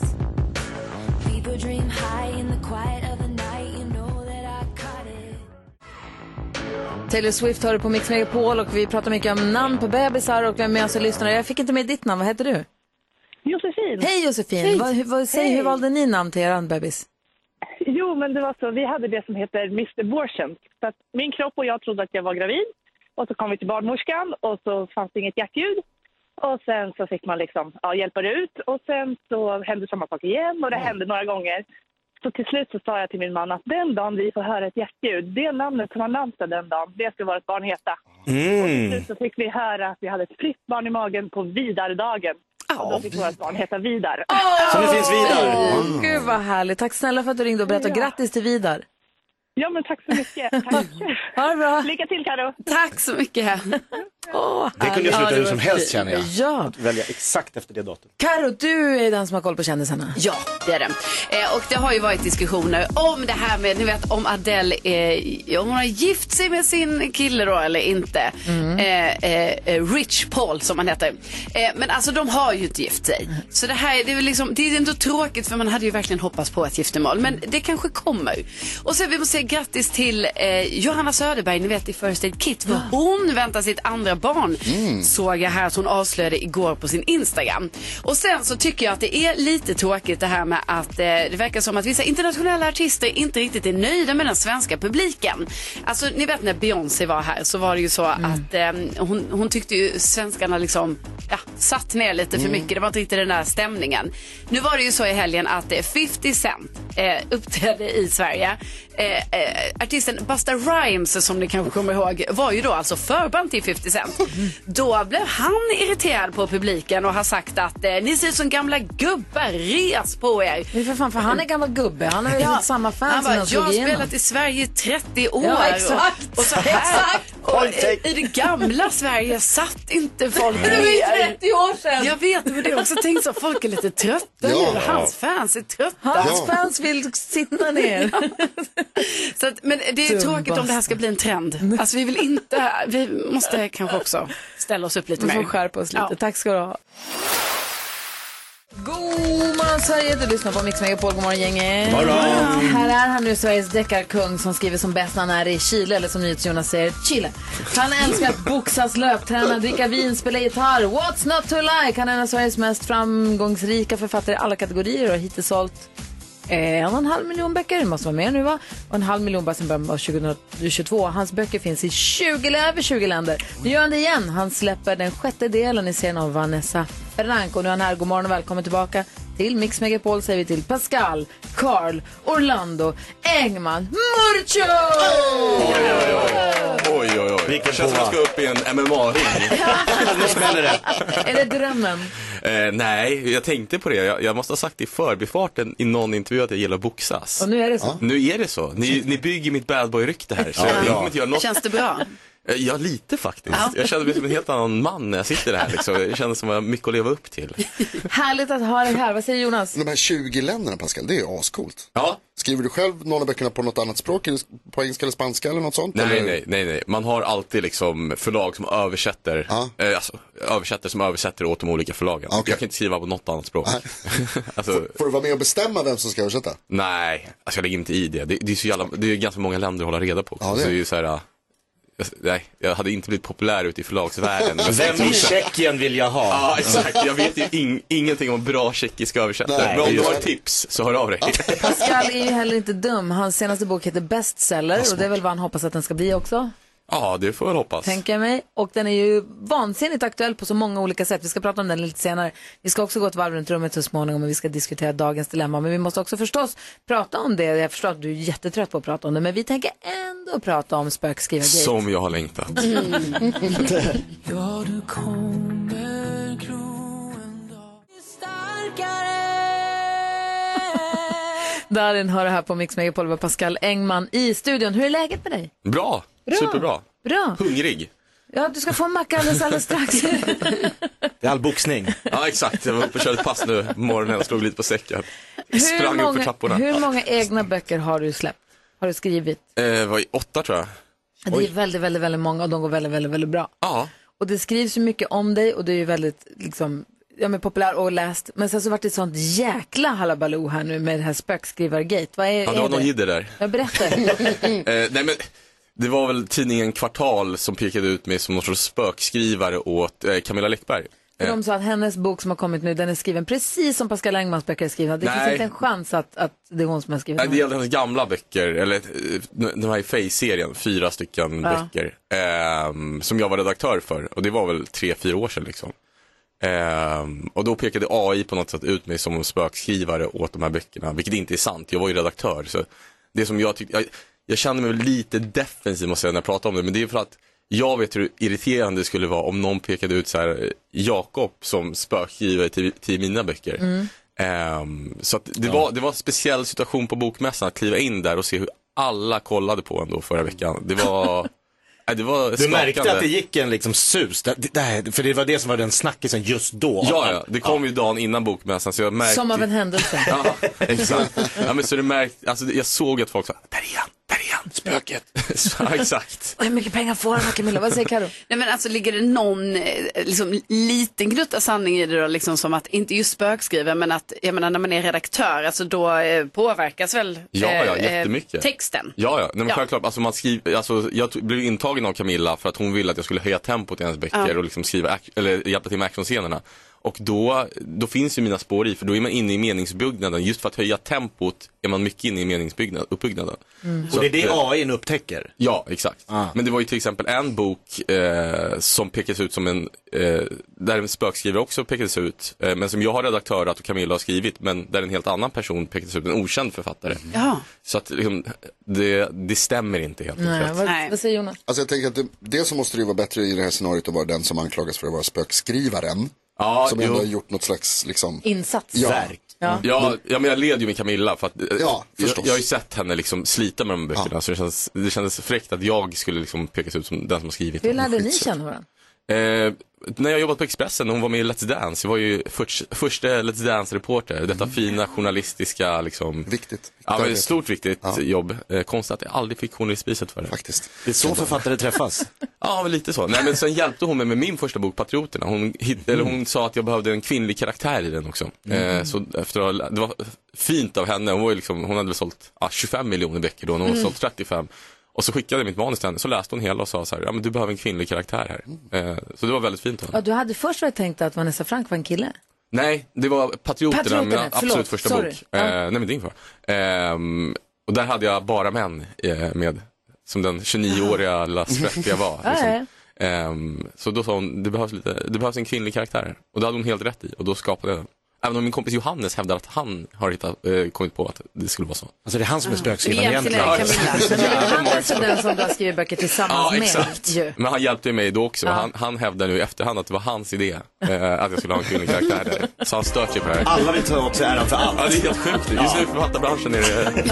Taylor Swift hör på Mix Megapol och vi pratar mycket om namn på bebisar och med oss lyssnare. Jag fick inte med ditt namn, vad heter du? Josefin. Hej Josefin, Hej. Vad, vad, säg, Hej. Hur valde ni namn till er bebis? Jo, men det var så, vi hade det som heter mister Abortion. Så att min kropp och jag trodde att jag var gravid. Och så kom vi till barnmorskan och så fanns det inget hjärtljud. Och sen så fick man liksom ja, hjälpa det ut. Och sen så hände samma sak igen och det hände några gånger. Så till slut så sa jag till min man att den dagen vi får höra ett hjärtljud, det namnet som har namnsdag den dagen, det ska vårt barn heta. Mm. Och till slut så fick vi höra att vi hade ett fritt barn i magen på Vidardagen. Och då fick vårt barn heta Vidar. Så det finns Vidar. Oh, Gud vad härligt. Tack snälla för att du ringde och berättade. Ja. Grattis till Vidar. Ja, men tack så mycket. Tack. Ha det bra. Lycka till, Karo. Tack så mycket. Oh, det kunde ju sluta hur som helst, känner jag. Ja. Att välja exakt efter det datum. Karo, du är den som har koll på kändisarna. Ja, det är det. Eh, och det har ju varit diskussioner om det här med, ni vet, om Adele, eh, om hon har gift sig med sin kille då eller inte. Mm. Eh, eh, Rich Paul som han heter. Eh, men alltså de har ju inte gift sig. Så det här det är väl liksom, det är inte tråkigt för man hade ju verkligen hoppats på ett giftermål. Men det kanske kommer. Och så vi måste säga grattis till eh, Johanna Söderberg, ni vet i First Aid Kit. För hon väntar sitt andra barn. Mm. Såg jag här att hon avslöjade igår på sin Instagram. Och sen så tycker jag att det är lite tråkigt det här med att eh, det verkar som att vissa internationella artister inte riktigt är nöjda med den svenska publiken. Alltså ni vet när Beyoncé var här så var det ju så mm. att eh, hon, hon tyckte ju svenskarna liksom ja, satt ner lite för mycket. Det var inte riktigt den där stämningen. Nu var det ju så i helgen att eh, femtio Cent eh, uppträdde i Sverige. Eh, eh, artisten Busta Rhymes som ni kanske kommer ihåg var ju då alltså förband till femtio Cent. Då blev han irriterad på publiken och har sagt att eh, ni ser ut som gamla gubbar, res på er. Men för fan, för han är gammal gubbe. Han har ju ja. samma fans. Han bara, han jag har igenom. spelat i Sverige i trettio år. Ja, exakt. Och, och så här. Exakt. Och i, I det gamla Sverige satt inte folk ner. Det var ju trettio år sedan. Jag vet, men det är också tänkt så folk är lite trötta ja. nu. Hans fans är trötta. Hans ja. fans vill sitta ner. Så att, men det är ju tråkigt om det här ska bli en trend. Alltså vi vill inte, vi måste kanske också ställa oss upp lite mer. Vi får skärpa oss lite. Ja. Tack ska du ha. God morgon Sverige, du lyssnar på Mix Megapol. God morgon gänget. Morgon. Här är han nu, Sveriges deckarkung som skriver som bäst när han är i Chile, eller som NyhetsJonas säger, Chile. Han älskar att boxas, löpträna, dricka vin, spela gitarr. What's not to like? Han är en av Sveriges mest framgångsrika författare i alla kategorier och har hittills sålt en och en halv miljon böcker, det måste vara mer nu va? Och en halv miljon bara sen början av tjugohundratjugotvå. Hans böcker finns i tjugo, över tjugo länder. Nu gör han det igen. Han släpper den sjätte delen i serien av Vanessa Frank. Och nu är han här. God morgon och välkommen tillbaka till Mix Megapol. Säger vi till Pascal, Carl, Orlando, Engman, Murcho! Oj, oj, oj. Oj, oj, oj. Det känns som att jag ska upp i en M M A-ring. Nu smäller det. Är det drömmen? Eh, nej, jag tänkte på det. Jag, jag måste ha sagt i förbifarten i någon intervju att jag gillar boxas. Och nu är det så? Ja. Nu är det så. Ni, ni bygger mitt bad boy-rykte här. Så ja, jag, jag kommer inte göra något. Känns det bra? Ja, lite faktiskt. Ja. Jag känner mig som en helt annan man när jag sitter här. Liksom. Det känns som att jag har mycket att leva upp till. Härligt att ha dig här. Vad säger Jonas? De här tjugo länderna, Pascal, det är ascoolt. Ja. Skriver du själv någon av böckerna på något annat språk, på engelska eller spanska eller något sånt? Nej, eller? nej, nej, nej. Man har alltid liksom förlag som översätter, ja. eh, alltså, översätter som översätter åt de olika förlagen. Okay. Jag kan inte skriva på något annat språk. alltså, får, får du vara med och bestämma vem som ska översätta? Nej, alltså jag lägger inte i det. Det, det är så jävla, det är ganska många länder att hålla reda på. Ja, det är. Så det är ju så här, nej, jag hade inte blivit populär ute i förlagsvärlden. Vem i Tjeckien vill jag ha? Ja, exakt. Jag vet ju in, ingenting om bra tjeckiska översättare. Nej, men om du har tips så hör av dig. Pascal är ju heller inte dum. Hans senaste bok heter Bestseller. Och det är väl vad han hoppas att den ska bli också? Ja, det får jag hoppas. Tänker jag mig. Och den är ju vansinnigt aktuell på så många olika sätt. Vi ska prata om den lite senare. Vi ska också gå ett varv runt rummet så småningom och vi ska diskutera dagens dilemma. Men vi måste också förstås prata om det. Jag förstår att du är jättetrött på att prata om det. Men vi tänker ändå prata om spökskrivargate. Som jag har längtat. Mm. Ja, du kommer gro en dag starkare. Darin hör det här på Mix Megapol med Pascal Engman i studion. Hur är läget med dig? Bra, Bra. Superbra. Bra. Hungrig. Ja, du ska få en macka alldeles, alldeles strax. Det är all boxning. Ja, exakt. Jag var uppe och körde ett pass nu morgonen och slog lite på säcken. Jag sprang många, upp för trapporna. Hur många egna böcker har du släppt? Har du skrivit? Eh, var i åtta tror jag. Det Oj. är väldigt, väldigt, väldigt många och de går väldigt, väldigt, väldigt bra. Ja. Och det skrivs ju mycket om dig och du är ju väldigt liksom, ja, men populär och läst. Men sen så vart det ett sånt jäkla halabaloo här nu med det här spökskrivargate. Vad är, ja, det är var det? någon jidder där. Jag berättar. eh, nej men... Det var väl tidningen Kvartal som pekade ut mig som någon sorts spökskrivare åt eh, Camilla Läckberg. För de sa att hennes bok som har kommit nu, den är skriven precis som Pascal Engmans böcker är skrivna. Det Nej. finns inte en chans att, att det är hon som har skrivit. Nej, det gäller hennes gamla böcker, eller den här Face-serien, fyra stycken ja. böcker, eh, som jag var redaktör för. Och det var väl tre, fyra år sedan liksom. Ehm, och då pekade A I på något sätt ut mig som spökskrivare åt de här böckerna, vilket inte är sant. Jag var ju redaktör, så det som jag tyckte, jag, jag kände mig lite defensiv måste jag säga när jag pratar om det, men det är för att jag vet hur irriterande det skulle vara om någon pekade ut så här Jakob som spökskrivare till, till mina böcker. Mm. Um, så att det, ja. var, det var en speciell situation på bokmässan att kliva in där och se hur alla kollade på ändå förra veckan. Det var... Nej, det var du skakande. Märkte att det gick en liksom sus, det, det, för det var det som var den snackisen just då. Ja, ja det kom ja. ju dagen innan bokmässan. Så jag märkte... Som av en händelse. Ja, exakt. Ja, men så det märkte, alltså, jag såg att folk sa, där igen, där igen, spöket. Ja, exakt. Och hur mycket pengar får han, Camilla? Vad säger Karo? Nej, men alltså ligger det någon liksom, liten gnutta sanning i det då, liksom som att, inte just spökskriver, men att, jag menar, när man är redaktör, alltså då eh, påverkas väl ja, ja, jättemycket. Eh, texten. Ja, ja, nej, men ja. självklart, alltså man skriver, alltså jag blev intagen av Camilla för att hon ville att jag skulle höja tempot i hennes böcker ja. och liksom skriva, eller hjälpa till med actionscenerna. Och då, då finns ju mina spår i, för då är man inne i meningsbyggnaden. Just för att höja tempot är man mycket inne i meningsuppbyggnaden. Mm. Och det är det A I upptäcker? Ja, exakt. Ah. Men det var ju till exempel en bok eh, som pekades ut som en, eh, där en spökskrivare också pekades ut, eh, men som jag har redaktörat och Camilla har skrivit, men där en helt annan person pekades ut, en okänd författare. Mm. Ja. Så att liksom, det, det stämmer inte helt enkelt. Vad, vad säger Jonas? Alltså jag tänker att det, det som måste det vara bättre i det här scenariot att vara den som anklagas för att vara spökskrivaren. Ja, som ändå har gjort något slags liksom... insats. Ja. Verk. Ja. Ja, ja, men jag led ju med Camilla för att ja, jag, jag har ju sett henne liksom slita med de böckerna, ja. så det kändes, det kändes fräckt att jag skulle liksom pekas ut som den som har skrivit. Hur lärde ni känna varandra? Eh, när jag jobbade på Expressen, hon var med i Let's Dance. Jag var ju först, första Let's Dance-reporter. Detta mm. fina journalistiska liksom... Viktigt. Ja, men stort viktigt ja. jobb. Eh, konstigt att jag aldrig fick journalistpriset för det. Faktiskt. Det är så författare träffas. Ja, men lite så. Nej, men sen hjälpte hon mig med min första bok, Patrioterna. Hon, hit, mm. eller hon sa att jag behövde en kvinnlig karaktär i den också. Mm. Eh, så efter, det var fint av henne. Hon, var ju liksom, hon hade väl sålt ah, tjugofem miljoner böcker då. Hon hade mm. sålt trettiofem. Och så skickade jag mitt manus till henne, så läste hon hela och sa så här, ja men du behöver en kvinnlig karaktär här. Mm. Eh, så det var väldigt fint. Ja, du hade först varit tänkt att Vanessa Frank var en kille? Nej, det var Patrioterna, Patrioterna min absolut förlåt, första sorry. bok. Eh, ja. Nej men det är inför. Eh, och där hade jag bara män eh, med, som den tjugonioåriga lilla sprätt jag var. Liksom. eh, så då sa hon, det behövs, lite, det behövs en kvinnlig karaktär. Och det hade hon helt rätt i, och då skapade jag den. Även om min kompis Johannes hävdar att han har hittat, äh, kommit på att det skulle vara så. Alltså det är han som är spökskrivaren egentligen. Ja, han är alltså den som du har skrivit böcker tillsammans ja, exakt. med. Men han hjälpte mig då också. Ja. Han, han hävdar nu i efterhand att det var hans idé äh, att jag skulle ha en kvinnlig karaktär där. Så han stört sig på det här. Alla vill ta åt sig äran för allt. Ja, det är helt sjukt. Just nu författarbranschen är det...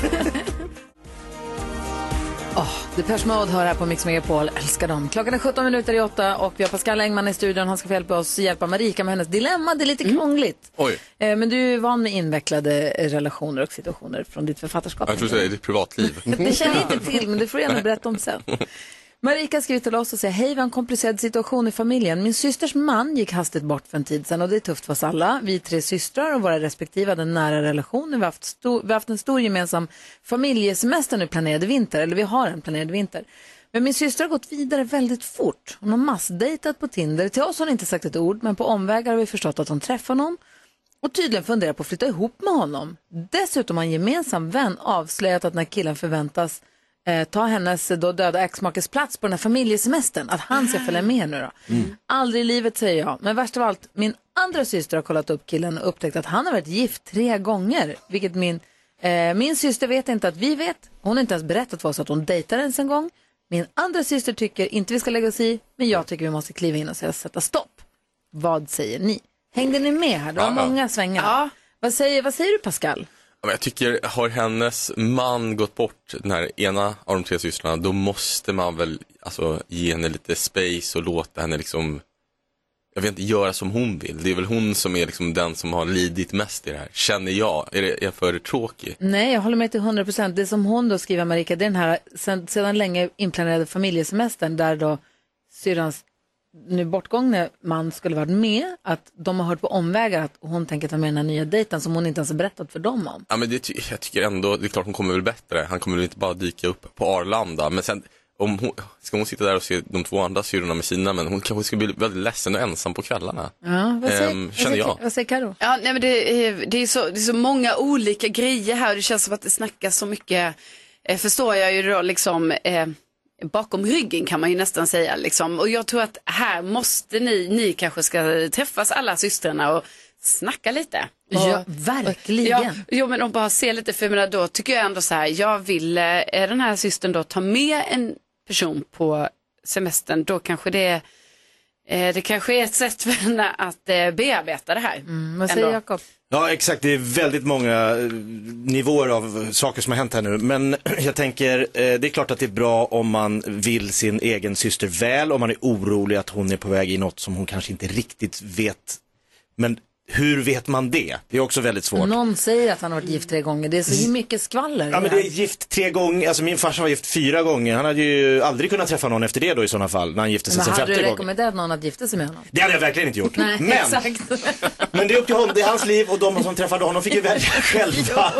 Oh, Depeche Mode hör här på Mix Megapol. Älskar dem. Klockan är sjutton minuter i åtta och vi har Pascal Engman i studion. Han ska få hjälpa oss hjälpa Marika med hennes dilemma. Det är lite krångligt. Mm. Oj. Eh, men du är van med invecklade relationer och situationer från ditt författarskap. Jag tror det är ditt privatliv. Det känner jag inte till, men det får du gärna berätta om sen. Marika skriver till oss och säger: hej, vi har en komplicerad situation i familjen. Min systers man gick hastigt bort för en tid sedan och det är tufft för oss alla. Vi tre systrar och våra respektive hade en nära relation. Vi har haft, stor, vi har haft en stor gemensam familjesemester nu planerade vinter, eller vi har en planerad vinter. Men min syster har gått vidare väldigt fort. Hon har massdejtat på Tinder. Till oss har hon inte sagt ett ord, men på omvägar har vi förstått att hon träffar någon och tydligen funderar på att flytta ihop med honom. Dessutom har en gemensam vän avslöjat att när killen förväntas Eh, ta hennes då döda ex-makes plats på den här familjesemestern, att han ska följa med nu då. Mm. Aldrig i livet, säger jag. Men värst av allt, min andra syster har kollat upp killen och upptäckt att han har varit gift tre gånger. Vilket min, eh, min syster vet inte att vi vet. Hon har inte ens berättat för oss att hon dejtar ens en gång. Min andra syster tycker inte vi ska lägga oss i, men jag tycker vi måste kliva in och sätta stopp. Vad säger ni? Hängde ni med här? Det var ja, många svängar. Ja. Vad säger, vad säger du, Pascal? Jag tycker, har hennes man gått bort, den här ena av de tre systrarna, då måste man väl alltså, ge henne lite space och låta henne liksom, jag vet inte, göra som hon vill. Det är väl hon som är liksom den som har lidit mest i det här, känner jag. Är, det, är jag för tråkig? Nej, jag håller med till hundra procent. Det som hon då skriver, Marika, det är den här sedan, sedan länge inplanerade familjesemestern där då syrrans nu bortgångne man skulle varit med, att de har hört på omvägar att hon tänker ta med den här nya dejten som hon inte ens har berättat för dem om. Ja, men det, jag tycker ändå, det är klart hon kommer väl bättre. Han kommer väl inte bara dyka upp på Arlanda, men sen om hon, ska hon sitta där och se de två andra syrorna med sina, men hon kanske skulle bli väldigt ledsen och ensam på kvällarna. Ja, vad säger, ehm, känner jag. Vad säger Karo? Ja, nej, men det är, det, är så, det är så många olika grejer här och det känns som att det snackas så mycket, eh, förstår jag ju då liksom... Eh, bakom ryggen kan man ju nästan säga. Liksom. Och jag tror att här måste ni, ni kanske ska träffas alla systrarna och snacka lite. Och, ja, verkligen. Ja, jo, men och bara se lite, för mig då tycker jag ändå så här, jag vill, är den här systern då ta med en person på semestern, då kanske det eh, det kanske är ett sätt för henne att eh, bearbeta det här. Mm, vad säger Jakob? Ja, exakt. Det är väldigt många nivåer av saker som har hänt här nu. Men jag tänker, det är klart att det är bra om man vill sin egen syster väl. Om man är orolig att hon är på väg i något som hon kanske inte riktigt vet. Men hur vet man det? Det är också väldigt svårt. Någon säger att han har varit gift tre gånger. Det är så mycket skvaller. Ja, men det är gift tre gånger. Alltså min farsa var gift fyra gånger. Han hade ju aldrig kunnat träffa någon efter det då i sådana fall. När han gifte sig men sen femtio gånger. hade du rekommenderat någon att gifta sig med honom? Det hade jag verkligen inte gjort. Nej, men, exakt. men det är upp till honom. Det är hans liv och de som träffade honom fick ju välja själva.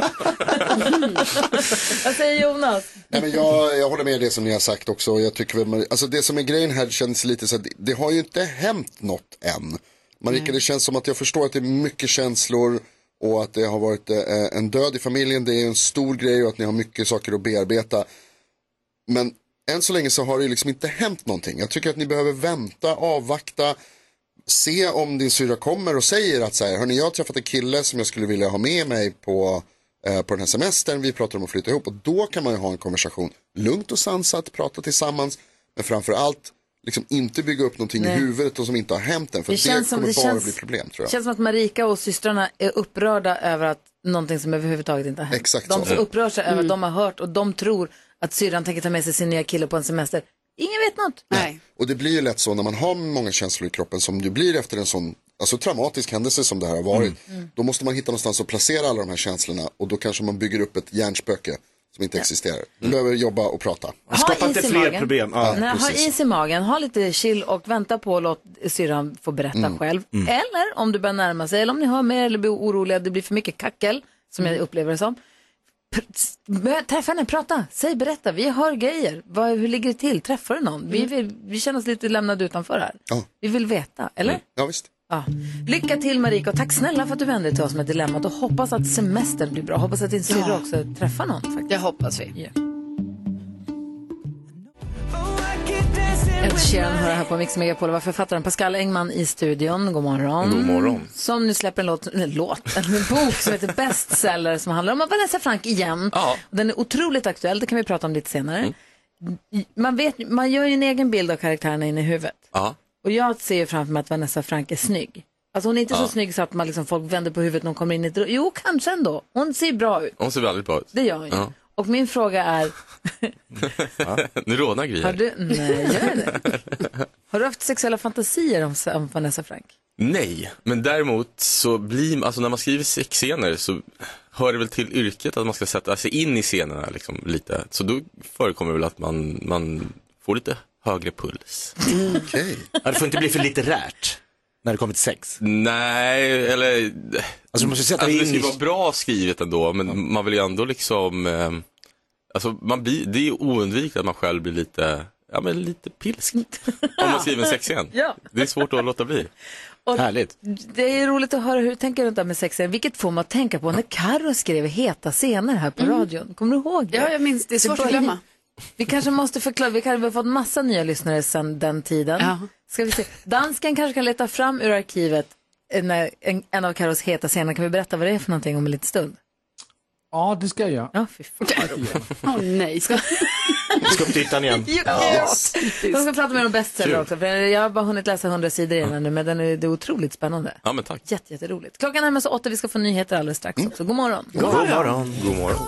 Vad säger Jonas? Nej, men jag, jag håller med det som ni har sagt också. Jag tycker väl man, alltså det som är grejen här känns lite så att det, det har ju inte hänt något än. Marika, mm. det känns som att jag förstår att det är mycket känslor och att det har varit eh, en död i familjen. Det är en stor grej och att ni har mycket saker att bearbeta. Men än så länge så har det liksom inte hänt någonting. Jag tycker att ni behöver vänta, avvakta, se om din syra kommer och säger att så här, hörni, jag har träffat en kille som jag skulle vilja ha med mig på, eh, på den här semestern. Vi pratar om att flytta ihop och då kan man ju ha en konversation. Lugnt och sansat, prata tillsammans, men framför allt liksom inte bygga upp någonting Nej. i huvudet och som inte har hänt än. För det, det kommer som, det bara känns, bli problem, tror jag. Det känns som att Marika och systrarna är upprörda över att någonting som överhuvudtaget inte har hänt. Exakt de så. upprör sig Mm. över att de har hört och de tror att syrran tänker ta med sig sin nya kille på en semester. Ingen vet något. Nej. Och det blir ju lätt så när man har många känslor i kroppen som du blir efter en sån alltså, traumatisk händelse som det här har varit. Mm. Då måste man hitta någonstans att placera alla de här känslorna och då kanske man bygger upp ett hjärnspöke som inte ja. existerar. Du mm. behöver jobba och prata. Skapa inte fler magen. problem. Ja, Nej, ha is i magen, ha lite chill och vänta på att låta syrran få berätta mm. själv. Mm. Eller om du börjar närma sig, eller om ni hör mer eller blir oroliga, det blir för mycket kackel, som mm. jag upplever det som. P- träffa henne, prata, säg, berätta, vi hör grejer. Vad, hur ligger det till? Träffar du någon? Mm. Vi, vill, vi känner oss lite lämnade utanför här. Ja. Vi vill veta, eller? Mm. Ja, visst. Ja. Lycka till Marika och tack snälla för att du vände dig till oss med dilemmat och hoppas att semestern blir bra. Hoppas att din syrra ja. också träffar någon faktiskt. Det hoppas vi. Yeah. Ed Sheeran hör här på Mix Megapol, var författaren Pascal Engman i studion. God morgon. God morgon. Som nu släpper en låt, en låt, en bok som heter Bestseller som handlar om Vanessa Frank igen. Ja. Den är otroligt aktuell, det kan vi prata om lite senare. Mm. Man, vet, man gör ju en egen bild av karaktärerna in i huvudet. Ja. Och jag ser framför mig att Vanessa Frank är snygg. Alltså hon är inte ja. så snygg så att man liksom, folk vänder på huvudet när hon kommer in i ett rum. Jo, kanske ändå. Hon ser bra ut. Hon ser väldigt bra ut. Det gör hon ju. Ja. Och min fråga är... ja. Nu rådnar grejer. Har du... Nej, gör det. Har du haft sexuella fantasier om, om Vanessa Frank? Nej, men däremot så blir, alltså när man skriver sexscener så hör det väl till yrket att man ska sätta sig in i scenerna liksom lite. Så då förekommer väl att man, man får lite högre puls. Mm. Okej. Okay. Ja, det får inte bli för litterärt när det kommer till sex. Nej, eller... Alltså, du måste sätta alltså, in det ska vara bra skrivet ändå, men mm. man vill ju ändå liksom... Eh, alltså, man blir, det är oundvikligt att man själv blir lite... Ja, men lite pilsk. Om man skriver en sexscen. Ja. Det är svårt att låta bli. Och härligt. Det är roligt att höra hur du tänker runt det med sexscen. Vilket får man att tänka på när Karo skrev heta scener här på mm. radion. Kommer du ihåg det? Ja, jag minns. Det är svårt det att glömma. Vi kanske måste förklara, vi kanske har fått massa nya lyssnare sedan den tiden. Ja. Ska vi se. Dansken kanske kan leta fram ur arkivet när en, en av Karos heta scener. Kan vi berätta vad det är för någonting om en liten stund? Ja, det ska jag. Ja, fy fan. Åh oh, nej. Ska... ska upp tittan igen. Yes. Jag ska prata med om bestseller också. För jag har bara hunnit läsa hundra sidor innan nu, men den är, det är otroligt spännande. Ja, men tack. Jätte, jätteroligt. Klockan är med så åtta, vi ska få nyheter alldeles strax också. God morgon. God morgon. God morgon. God morgon.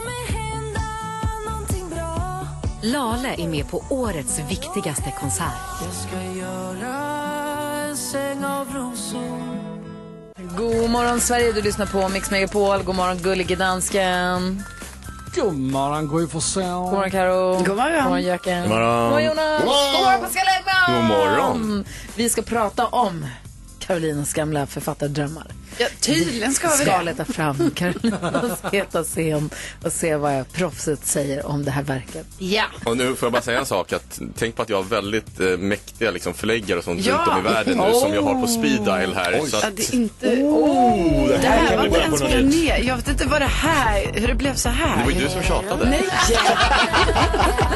Lale är med på årets viktigaste konsert. Jag ska göra en säng av rosor. God morgon Sverige, du lyssnar på Mix Megapol. God morgon gullige dansken. God morgon, god Forssell. God morgon Karo. God morgon. God morgon Jöken. God morgon. God morgon Jonas. God morgon, God morgon Pascal Engman. God morgon. Vi ska prata om Karolinas gamla författardrömmar. Ja, tydligen ska vi ska det. leta fram Karolinas heta scen och se vad proffset säger om det här verket. Ja. Och nu får jag bara säga en sak. Att, tänk på att jag har väldigt eh, mäktiga liksom, förläggare och sånt ja. runt om i världen nu oh. som jag har på speed dial här. Så att... ja, det är inte... Oh, det här, det här var inte ens på ner. Jag vet inte vad det här, hur det blev så här. Det var ju du som tjatade. Nej.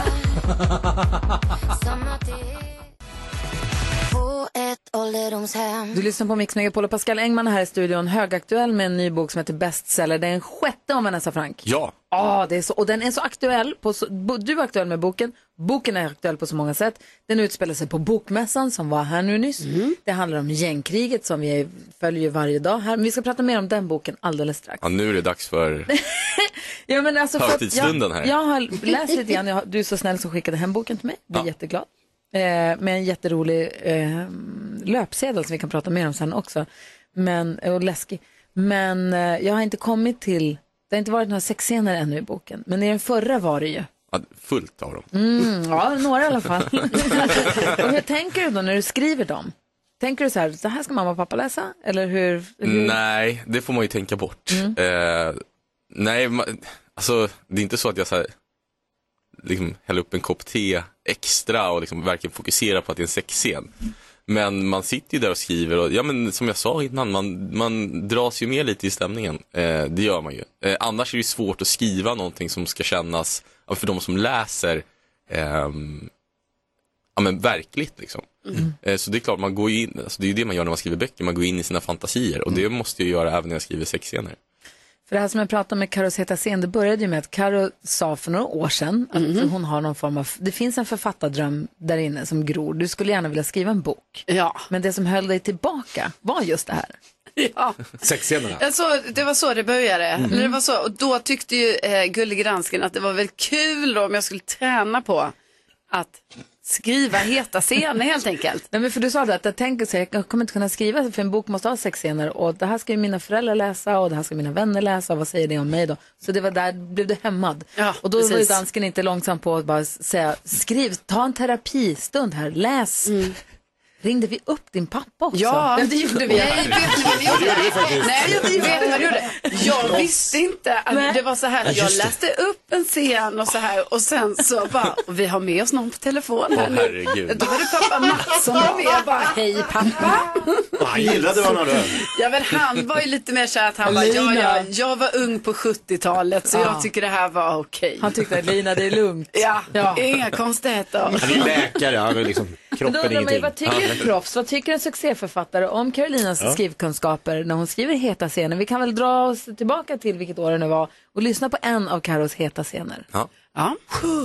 På ett ålderdomshem. Du lyssnar på Mix Megapol och Pascal Engman här i studion, högaktuell med en ny bok som heter Bestseller. Det är en sjätte om Vanessa Frank. Ja. Ja, det är så, och den är så aktuell. På så, du är aktuell med boken. Boken är aktuell på så många sätt. Den utspelar sig på Bokmässan som var här nu nyss. Mm. Det handlar om gängkriget som vi följer varje dag här. Men vi ska prata mer om den boken alldeles strax. Ja, nu är det dags för ja, men alltså, högtidsstunden här. Jag, jag har läst lite grann. Jag, du är så snäll som skickade hem boken till mig. Jag är ja. jätteglad. Eh, med en jätterolig eh, löpsedel som vi kan prata mer om sen också. Men, och läskig. Men eh, jag har inte kommit till... Det har inte varit några sexscener ännu i boken. Men i den förra var det ju. Ja, fullt av dem. Mm, ja, några i alla fall. Och hur tänker du då när du skriver dem? Tänker du så här, så här ska mamma och pappa läsa? Eller hur? hur? Nej, det får man ju tänka bort. Mm. Eh, nej, ma- alltså det är inte så att jag så här, liksom häller upp en kopp te extra och liksom verkligen fokuserar på att det är en sexscen. Men man sitter ju där och skriver och ja, men som jag sa innan, man, man dras ju med lite i stämningen. Eh, det gör man ju. Eh, annars är det svårt att skriva någonting som ska kännas, för de som läser, eh, ja men verkligt liksom. Mm. Eh, så det är klart, man går in, alltså det är ju det man gör när man skriver böcker, man går in i sina fantasier och det måste jag göra även när jag skriver sexscener. För det här som jag pratade med Karos heta scen, det började ju med att Karo sa för några år sedan att mm. hon har någon form av, det finns en författardröm där inne som gror. Du skulle gärna vilja skriva en bok. Ja. Men det som höll dig tillbaka var just det här. Ja. Sexscenerna. Alltså, det var så det började. Mm. Det var så, och då tyckte ju eh, Gullige Dansken att det var väl kul då om jag skulle träna på att skriva heta scener helt enkelt. Nej, men för du sa det att jag tänker så här, jag kommer inte kunna skriva för en bok måste ha sex scener och det här ska ju mina föräldrar läsa och det här ska mina vänner läsa och vad säger det om mig då? Så det var där blev du hämmad. Ja, och då precis. var ju dansken inte långsam på att bara säga skriv, ta en terapistund här, läs. Mm. Ringde vi upp din pappa också? Ja, det gjorde vi. Nej, vet ni vad vi gjorde? Nej, vi vet vad vi gjorde. Jag visste inte att Nej. det var så här. Jag läste upp en scen och så här och sen så bara, och vi har med oss någon på telefon här nu. Herregud. Då var det pappa Mats som var med och bara, hej pappa. Han gillade vad han hade. Ja, men han var ju lite mer så att han bara, ja, ja, jag var ung på sjuttiotalet så ja. jag tycker det här var okej. Okay. Han tyckte att Lina, det är lugnt. Ja, ja. Inga konstigheter. Han är läkare, han är liksom kroppen ingenting. Mig, vad tycker en proffs, vad tycker en succéförfattare om Carolinas ja. skrivkunskaper när hon skriver heta scener? Vi kan väl dra oss tillbaka till vilket år det nu var och lyssna på en av Karos heta scener. Ja. Ja.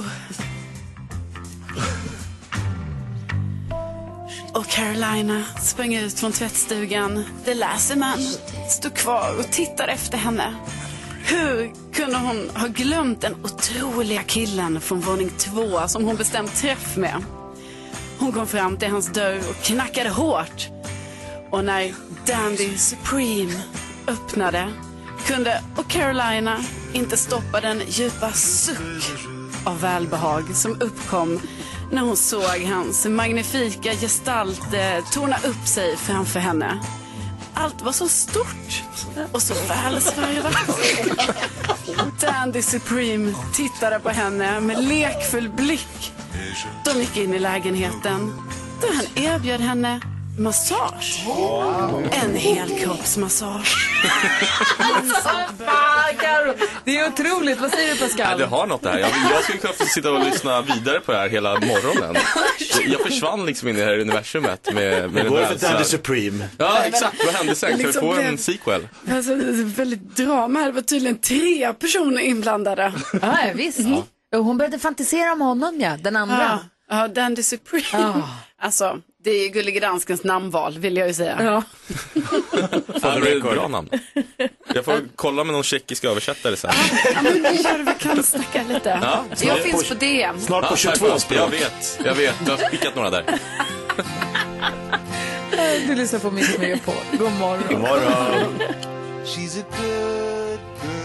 Och Carolina springer ut från tvättstugan. Det läser man. Står kvar och tittar efter henne. Hur kunde hon ha glömt den otroliga killen från våning två som hon bestämt träff med? Hon kom fram till hans dörr och knackade hårt. Och när Dandy Supreme öppnade kunde och Carolina inte stoppa den djupa suck av välbehag som uppkom när hon såg hans magnifika gestalt eh, torna upp sig framför henne. Allt var så stort och så välsvarvat. Dandy Supreme tittade på henne med lekfull blick. De gick in i lägenheten där han erbjöd henne massage. En helkroppsmassage. Det är otroligt, vad säger du Pascal? Ja, det har något där. Jag, jag skulle kunna sitta och lyssna vidare på det här hela morgonen. Jag försvann liksom in i det här universumet med, med det går för Dandy Supreme. Ja, exakt. Vad hände sen? Kan liksom vi få en sequel? Alltså, det är väldigt drama. Det var tydligen tre personer inblandade. Ja, visst. Mm. Hon började fantisera om honom, ja. Den andra. Ja, ja Dandy Supreme. Ja. Alltså, det är Gullige Danskens namnval, vill jag ju säga. Ja. Fan, det är ett bra namn. Jag får kolla med någon tjeckisk översättare sen. Ja, men vi gör vi kan snacka lite. Ja, jag finns på D M. Snart på tjugotvå ja, språk. Jag vet, jag vet. Jag har skickat några där. Du lyssnar på Mix Megapol. God morgon. God morgon. She's a good girl.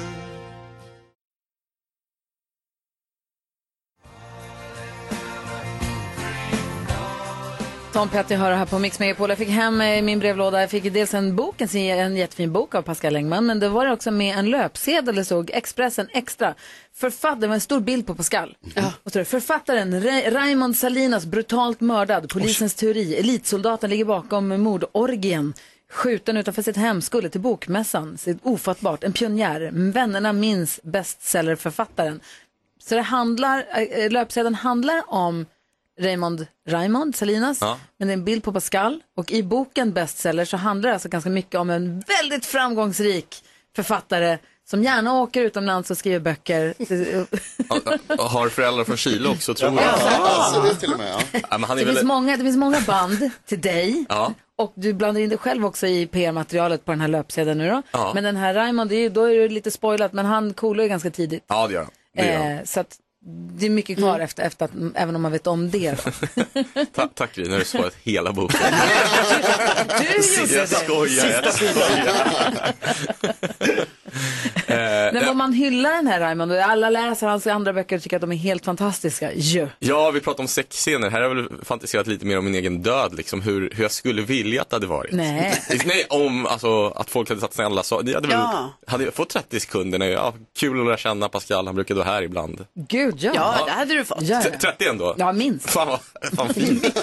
Tom Petty hör här på Mix Megapol. Jag fick hem i min brevlåda, jag fick dels en bok, en, en jättefin bok av Pascal Engman, men det var också med en löpsedel, det stod Expressen Extra. Författaren, det var en stor bild på Pascal. Ja. Och så författaren Ra- Raymond Salinas brutalt mördad, polisens teori, elitsoldaten ligger bakom mordorgien. Skjuten utanför sitt hem, skulle till bokmässan. Så ofattbart, en pionjär. Vännerna minns bestsellerförfattaren. Så det handlar, äh, löpsedeln handlar om Raymond Raymond Salinas, ja. Men det är en bild på Pascal. Och i boken Bestseller så handlar det alltså ganska mycket om en väldigt framgångsrik författare som gärna åker utomlands och skriver böcker. Har föräldrar från Chile också, tror jag. Ja, alltså, det är till och med, ja. Ja, men han är det, väl... finns många, det finns många band till dig. Ja. Och du blandar in dig själv också i P R-materialet på den här löpsedeln nu då. Ja. Men den här Raymond, det är, då är det lite spoilat, men han coolar ju ganska tidigt. Ja, det gör han. Det gör han. Eh, så att det är mycket kvar mm. efter, efter att, även om man vet om det. Ta- tack Gry, när du svarat hela boken. Du gjorde jag skojar, jag skojar. Men om man hyllar den här Raymond och alla läser hans andra böcker och tycker att de är helt fantastiska. Ja, ja vi pratar om sexscener. Här har jag väl fantiserat lite mer om min egen död. Liksom, hur, hur jag skulle vilja att det hade varit. Nej. Nej, om alltså, att folk hade satt sig alla så. Jag hade väl ja. hade jag fått trettio sekunder. När jag, ja, kul att lära känna Pascal, han brukade vara här ibland. Gud, ja. Ja, det hade du fått. Ja, ja. trettio ändå? Ja, minst. Fan, vad, fan fint.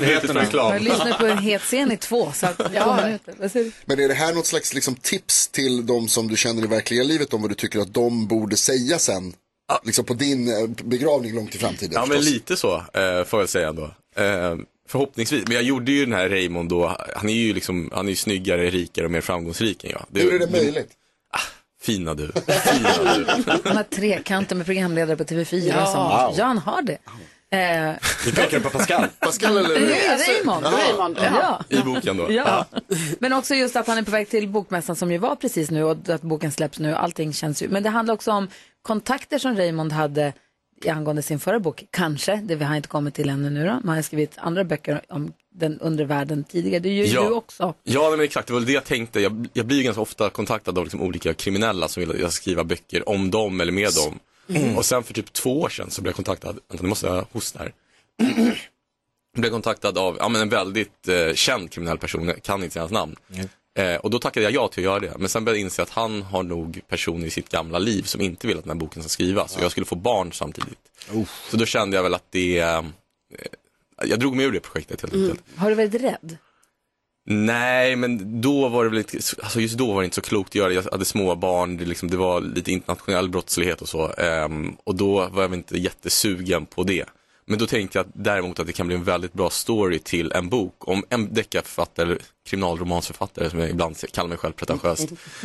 Jag lyssnar på en het scen i två. Så att, ja. Men är det här något slags liksom, tips till de som du känner i verkliga livet om vad du tycker att de borde säga sen? Ja. Liksom på din begravning långt i framtiden. Ja, förstås. men lite så eh, får jag säga ändå. Eh, förhoppningsvis. Men jag gjorde ju den här Raymond då. Han är ju liksom, han är ju snyggare, rikare och mer framgångsrik än jag. Det, Hur är det möjligt? Ah, fina du. Fina du. De här trekanter med programledare på T V fyra. Ja, som, wow. ja han har det. Eh, Du pekar på Pascal. Pascal eller Raymond. Raymond, ja. I boken då. Ja. Men också just att han är på väg till bokmässan som ju var precis nu och att boken släpps nu. Allting känns ju. Men det handlar också om kontakter som Raymond hade angående sin förra bok. Kanske, det vi har inte kommit till ännu nu då. Man har skrivit andra böcker om den undre världen tidigare. Det gör ju ja. du också. Ja, men exakt. Det var det jag tänkte. Jag, jag blir ju ganska ofta kontaktad av liksom olika kriminella som vill att jag ska skriva böcker om dem eller med dem. Mm. Och sen för typ två år sedan så blev jag kontaktad. Vänta, nu måste jag hosta här. Jag blev kontaktad av ja, men en väldigt eh, känd kriminell person. Jag kan inte säga hans namn. Mm. Eh, och då tackade jag ja till att göra det. Men sen började jag inse att han har nog personer i sitt gamla liv som inte vill att den här boken ska skrivas. Ja. Och jag skulle få barn samtidigt. Uh. Så då kände jag väl att det... Eh, jag drog mig ur det projektet helt enkelt. Mm. Har du varit rädd? Nej, men då var det väl inte, alltså just då var det inte så klokt att göra. Jag hade små barn, det, liksom, det var lite internationell brottslighet och så. Um, och då var jag väl inte jättesugen på det. Men då tänkte jag att, däremot att det kan bli en väldigt bra story till en bok om en deckarförfattare, eller kriminalromansförfattare som jag ibland kallar mig själv pretentiöst.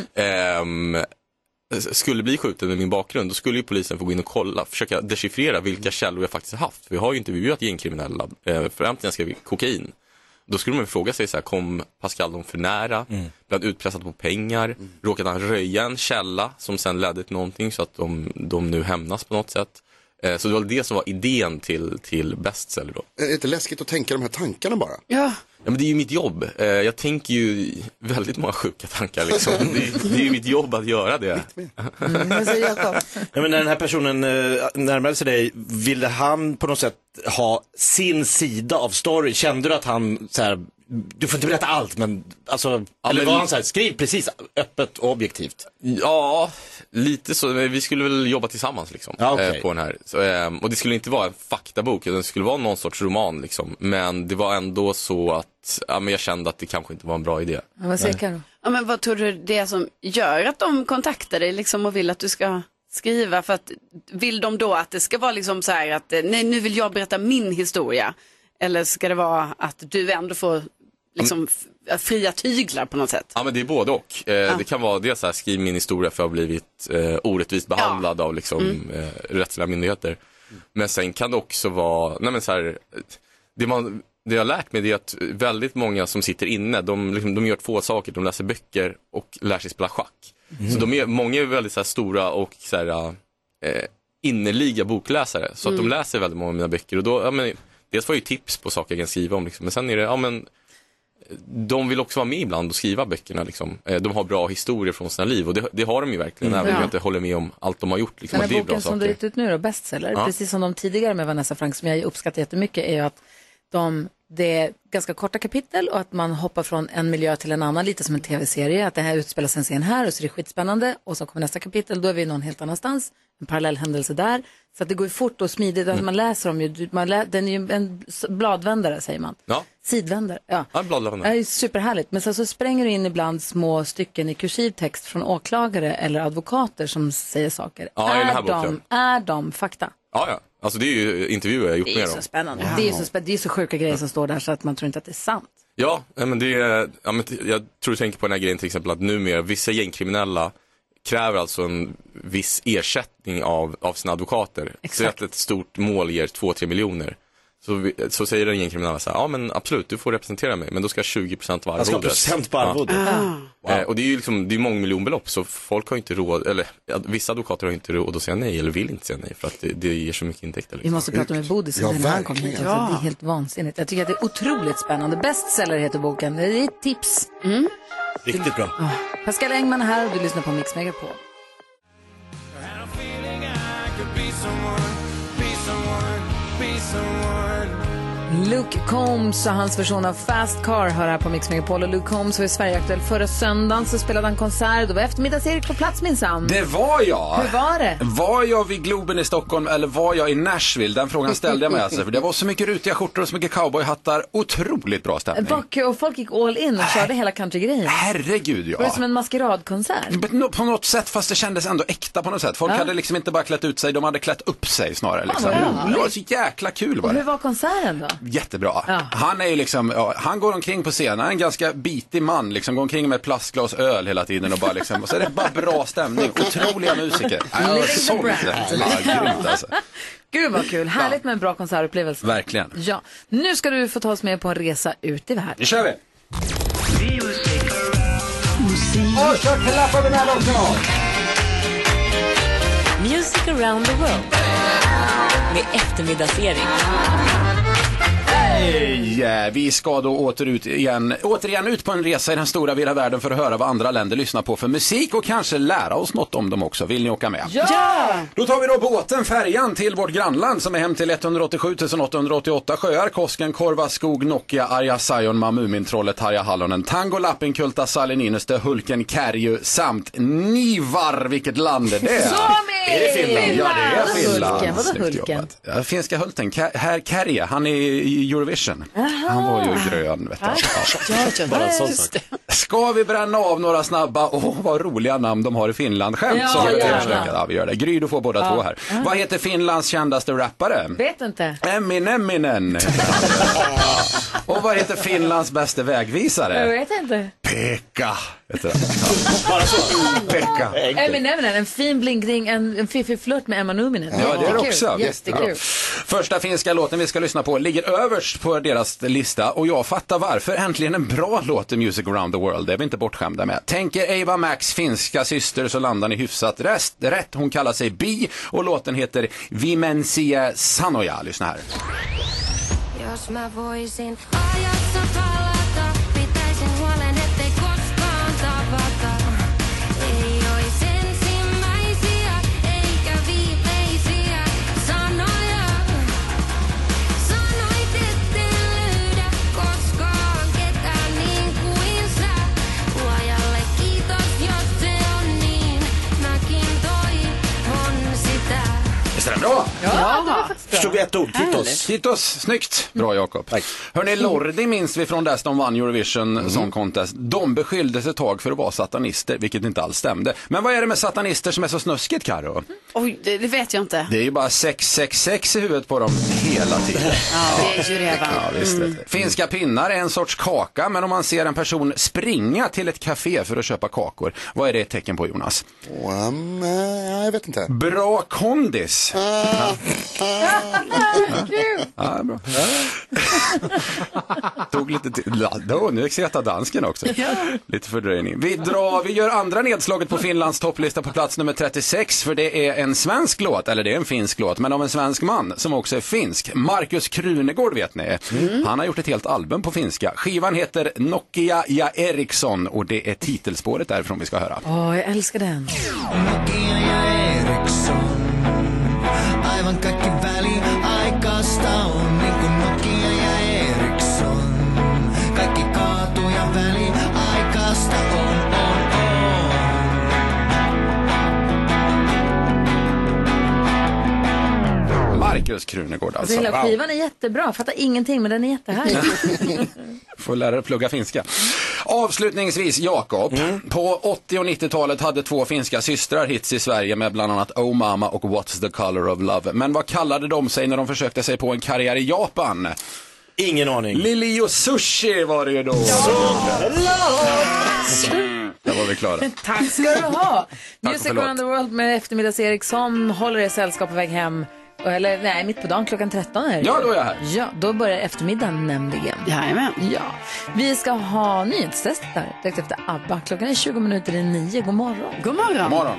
um, skulle bli skjuten med min bakgrund, då skulle ju polisen få gå in och kolla, försöka dechiffrera vilka källor jag faktiskt har haft. För vi har ju intervjuat gängkriminella, eh, för äntligen ska vi kokain. Då skulle man fråga sig så här, kom Pascal dem för nära? Mm. Blev utpressad på pengar? Mm. Råkade han röja en källa som sen ledde till någonting så att de, de nu hämnas på något sätt? Eh, så det var det som var idén till, till Bestseller då. Är det inte läskigt att tänka de här tankarna bara? Ja. Ja, men det är ju mitt jobb. Eh, jag tänker ju väldigt många sjuka tankar liksom. det, det är ju mitt jobb att göra det. Mm, jag säger Jakob. Ja, men när den här personen eh, närmade sig dig, ville han på något sätt ha sin sida av story? Kände du att han så här, du får inte berätta allt, men alltså, ja, eller men... var han så här, skriv precis öppet och objektivt? Ja, lite så. Vi skulle väl jobba tillsammans liksom, ja, okay. eh, på den här. Så, eh, och det skulle inte vara en faktabok, det skulle vara någon sorts roman liksom. Men det var ändå så att ja, men jag kände att det kanske inte var en bra idé. Ja, vad säger Karo? Ja, men vad tror du det är som gör att de kontaktar dig liksom och vill att du ska skriva? För att vill de då att det ska vara liksom så här att nej, nu vill jag berätta min historia? Eller ska det vara att du ändå får liksom fria tyglar på något sätt? Ja, men det är både och. Eh, ja. Det kan vara det så här, skriv min historia för att ha blivit eh, orättvist behandlad ja. av liksom, mm. eh, rättsliga myndigheter. Mm. Men sen kan det också vara, nej men så här, det, man, det jag har lärt mig är att väldigt många som sitter inne, de, liksom, de gör två saker. De läser böcker och lär sig spela schack. Mm. Så de är, många är väldigt så här, stora och så här, eh, innerliga bokläsare. Så mm. att de läser väldigt många av mina böcker. Och då, ja, men, dels får jag ju tips på saker jag kan skriva om. Liksom. Men sen är det, ja men de vill också vara med ibland och skriva böckerna liksom. De har bra historier från sina liv och det, det har de ju verkligen, mm. även om jag inte håller med om allt de har gjort liksom. Den här det är boken bra som du har ut nu då, Bestseller, ja. precis som de tidigare med Vanessa Frank som jag uppskattar jättemycket, är ju att de det är ganska korta kapitel och att man hoppar från en miljö till en annan, lite som en tv-serie. Att det här utspelas en scen här och så är det skitspännande och så kommer nästa kapitel, då är vi någon helt annanstans. En parallell händelse där. Så att det går ju fort och smidigt. Mm. Man läser om ju, man lä, den är ju en bladvändare säger man. Ja. Sidvändare. Ja, ja bladvändare. Det är superhärligt. Men sen så spränger du in ibland små stycken i kursiv text från åklagare eller advokater som säger saker. Ja, är, i den här de, boken. är de fakta? Ja, ja. Alltså det är ju intervjuer jag har gjort med dem. Det är så spännande. Wow. Det är så spännande. Det är så sjuka grejer som står där så att man tror inte att det är sant. Ja, men det är, ja, men jag tror du tänker på den här grejen till exempel att numera vissa gängkriminella kräver alltså en viss ersättning av, av sina advokater. Exakt. Så att ett stort mål ger två till tre miljoner. Så, vi, så säger den gängkriminella så här, ja men absolut, du får representera mig, men då ska jag tjugo procent av arvodet. Jag ska procent på arvodet. Ja. Ah. Wow. Eh, och det är ju liksom, det är många miljonbelopp, så folk har inte råd, eller ja, vissa advokater har inte råd att säga nej, eller vill inte säga nej, för att det, det ger så mycket intäkter. Liksom. Vi måste prata med Bodis ja, när han kommer hit. Ja. Det är helt vansinnigt. Jag tycker att det är otroligt spännande. Bestseller heter boken. Det är ett tips. Mm. Riktigt bra. Oh. Pascal Engman är här och du lyssnar på Mix Megapol. Luke Combs och hans version av Fast Car hör här på Mix Megapol. Och Luke Combs var i Sverigeaktuell förra söndagen, så spelade han konsert. Då var eftermiddags-Erik på plats minsann. Det var jag. Hur var det? Var jag vid Globen i Stockholm eller var jag i Nashville? Den frågan ställde jag mig alltså. För det var så mycket rutiga skjortor och så mycket cowboyhattar. Otroligt bra stämning. Och folk gick all in och körde hela countrygrejen. Herregud, ja. Var det som en maskeradkonsert? På något sätt, fast det kändes ändå äkta på något sätt. Folk ja. hade liksom inte bara klätt ut sig, de hade klätt upp sig snarare. Liksom. Ja, det var så jäkla kul. Och hur var konserten då? Jättebra. Ja. Han är ju liksom, ja, han går omkring på scenen, han är en ganska bitig man, liksom går omkring med ett plastglas öl hela tiden och bara liksom, och så är det bara bra stämning, otroliga musiker. Ja, så grymt alltså. Gud vad kul, härligt med en bra konsertupplevelse. Verkligen. Ja, nu ska du få ta oss med på en resa ut i världen. Nu kör vi! Och så klappar vi med också! Music around the world med eftermiddagsering. Hej! Vi ska då åter ut igen, återigen ut på en resa i den stora vida världen för att höra vad andra länder lyssnar på för musik och kanske lära oss något om dem också. Vill ni åka med? Ja! Då tar vi då båten, färjan till vårt grannland som är hem till etthundraåttiosju tusen åttahundraåttioåtta sjöar, Kosken, Korva, Skog, Nokia, Arja, Sajon, Mumintrollet, Tarja, Hallonen, Tango, Lappinkulta, Salininister, Hulken, Kärju samt Nivar. Vilket land är det? Suomi! Är det Finland? Ja, det är Finland. Hulken, vadå Hulken? Ja, finska Hulten, Herr Kärje, han är i Eurovision. Aha. Han var ju grön, vet du. Ja, bara så sagt. Ska vi bränna av några snabba? Åh, oh, vad roliga namn de har i Finland. Skämt ja, som ja, ja. ja, vi gör det. Gry, du får båda ja. två här. Ja. Vad heter Finlands kändaste rappare? Vet inte. Eminem. Och vad heter Finlands bästa vägvisare? Jag vet inte. Pekka. Vet du? Bara så. Pekka. Eminem, en fin blinkning, en, en fiffig flört med Emma Numinen. Ja, det är det också. Jättekul. Första finska låten vi ska lyssna på ligger överst på deras lista och jag fattar varför. Äntligen en bra låt i Music Around the World, det är vi inte bortskämda med. Tänker Ava Max finska syster så landar ni hyfsat rest, rätt. Hon kallar sig Bi och låten heter Vimensie Sanoja. Lyssna här. Jos mä voisin ajassa palata, pitäisin huolen, ettei koskaan tavata. Ei ois ensimmäisiä, eikä viimeisiä sanoja. Sanoit, etten löydä koskaan ketään niin kuin sä. Luojalle kiitos, jos se on niin. Mäkin toivon sitä. Visst är det bra? Ja, ja, det var faktiskt bra. Förstod vi ett ord? Kitos. Kitos, snyggt. Bra Jakob. Hörrni, Lordi minns vi från dess de vann Eurovision mm. Song Contest. De beskylldes ett tag för att vara satanister, vilket inte alls stämde. Men vad är det med satanister som är så snuskigt, Karo? Mm. Oj, det, det vet jag inte. Det är ju bara sex sex sex i huvudet på dem hela tiden. Ja, det är ju det, va? Ja, visst. Mm. Finska pinnar är en sorts kaka, men om man ser en person springa till ett café för att köpa kakor, vad är det ett tecken på, Jonas? Um, uh, jag vet inte. Bra kondis. Uh, ja. Kul. Ja, bra. Tog lite till. Då, nu skrattar dansken också. Ja. Lite fördröjning. Vi drar, vi gör andra nedslaget på Finlands topplista på plats nummer trettiosex, för det är en svensk låt, eller det är en finsk låt, men av en svensk man som också är finsk. Markus Krunegård vet ni. Mm. Han har gjort ett helt album på finska. Skivan heter Nokia ja Eriksson och det är titelspåret därifrån vi ska höra. Åh, oh, jag älskar den. Nokia ja Eriksson. Aivan kaikki väli aikaista on niin kuin Nokia ja Eriksson. Markus Krunegård alltså. Alltså hela skivan är jättebra, fattar ingenting men den är jättehärlig. Får lära dig plugga finska. Avslutningsvis, Jakob. Mm. På åttio- och nittiotalet hade två finska systrar hits i Sverige med bland annat Oh Mama och What's the Color of Love. Men vad kallade de sig när de försökte sig på en karriär i Japan? Ingen aning. Lili och Sushi var det ju då. Där var vi klara. Tack ska du ha. Music Around the World med eftermiddags Eriksson håller er sällskap på väg hem. Eller nej, mitt på dagen klockan tretton är det. Ja, då är jag här. Ja, då börjar eftermiddagen nämligen. Jajamän. Ja. Vi ska ha nyhetstest där direkt efter ABBA. Klockan är tjugo minuter i nio. God morgon. God morgon. God morgon.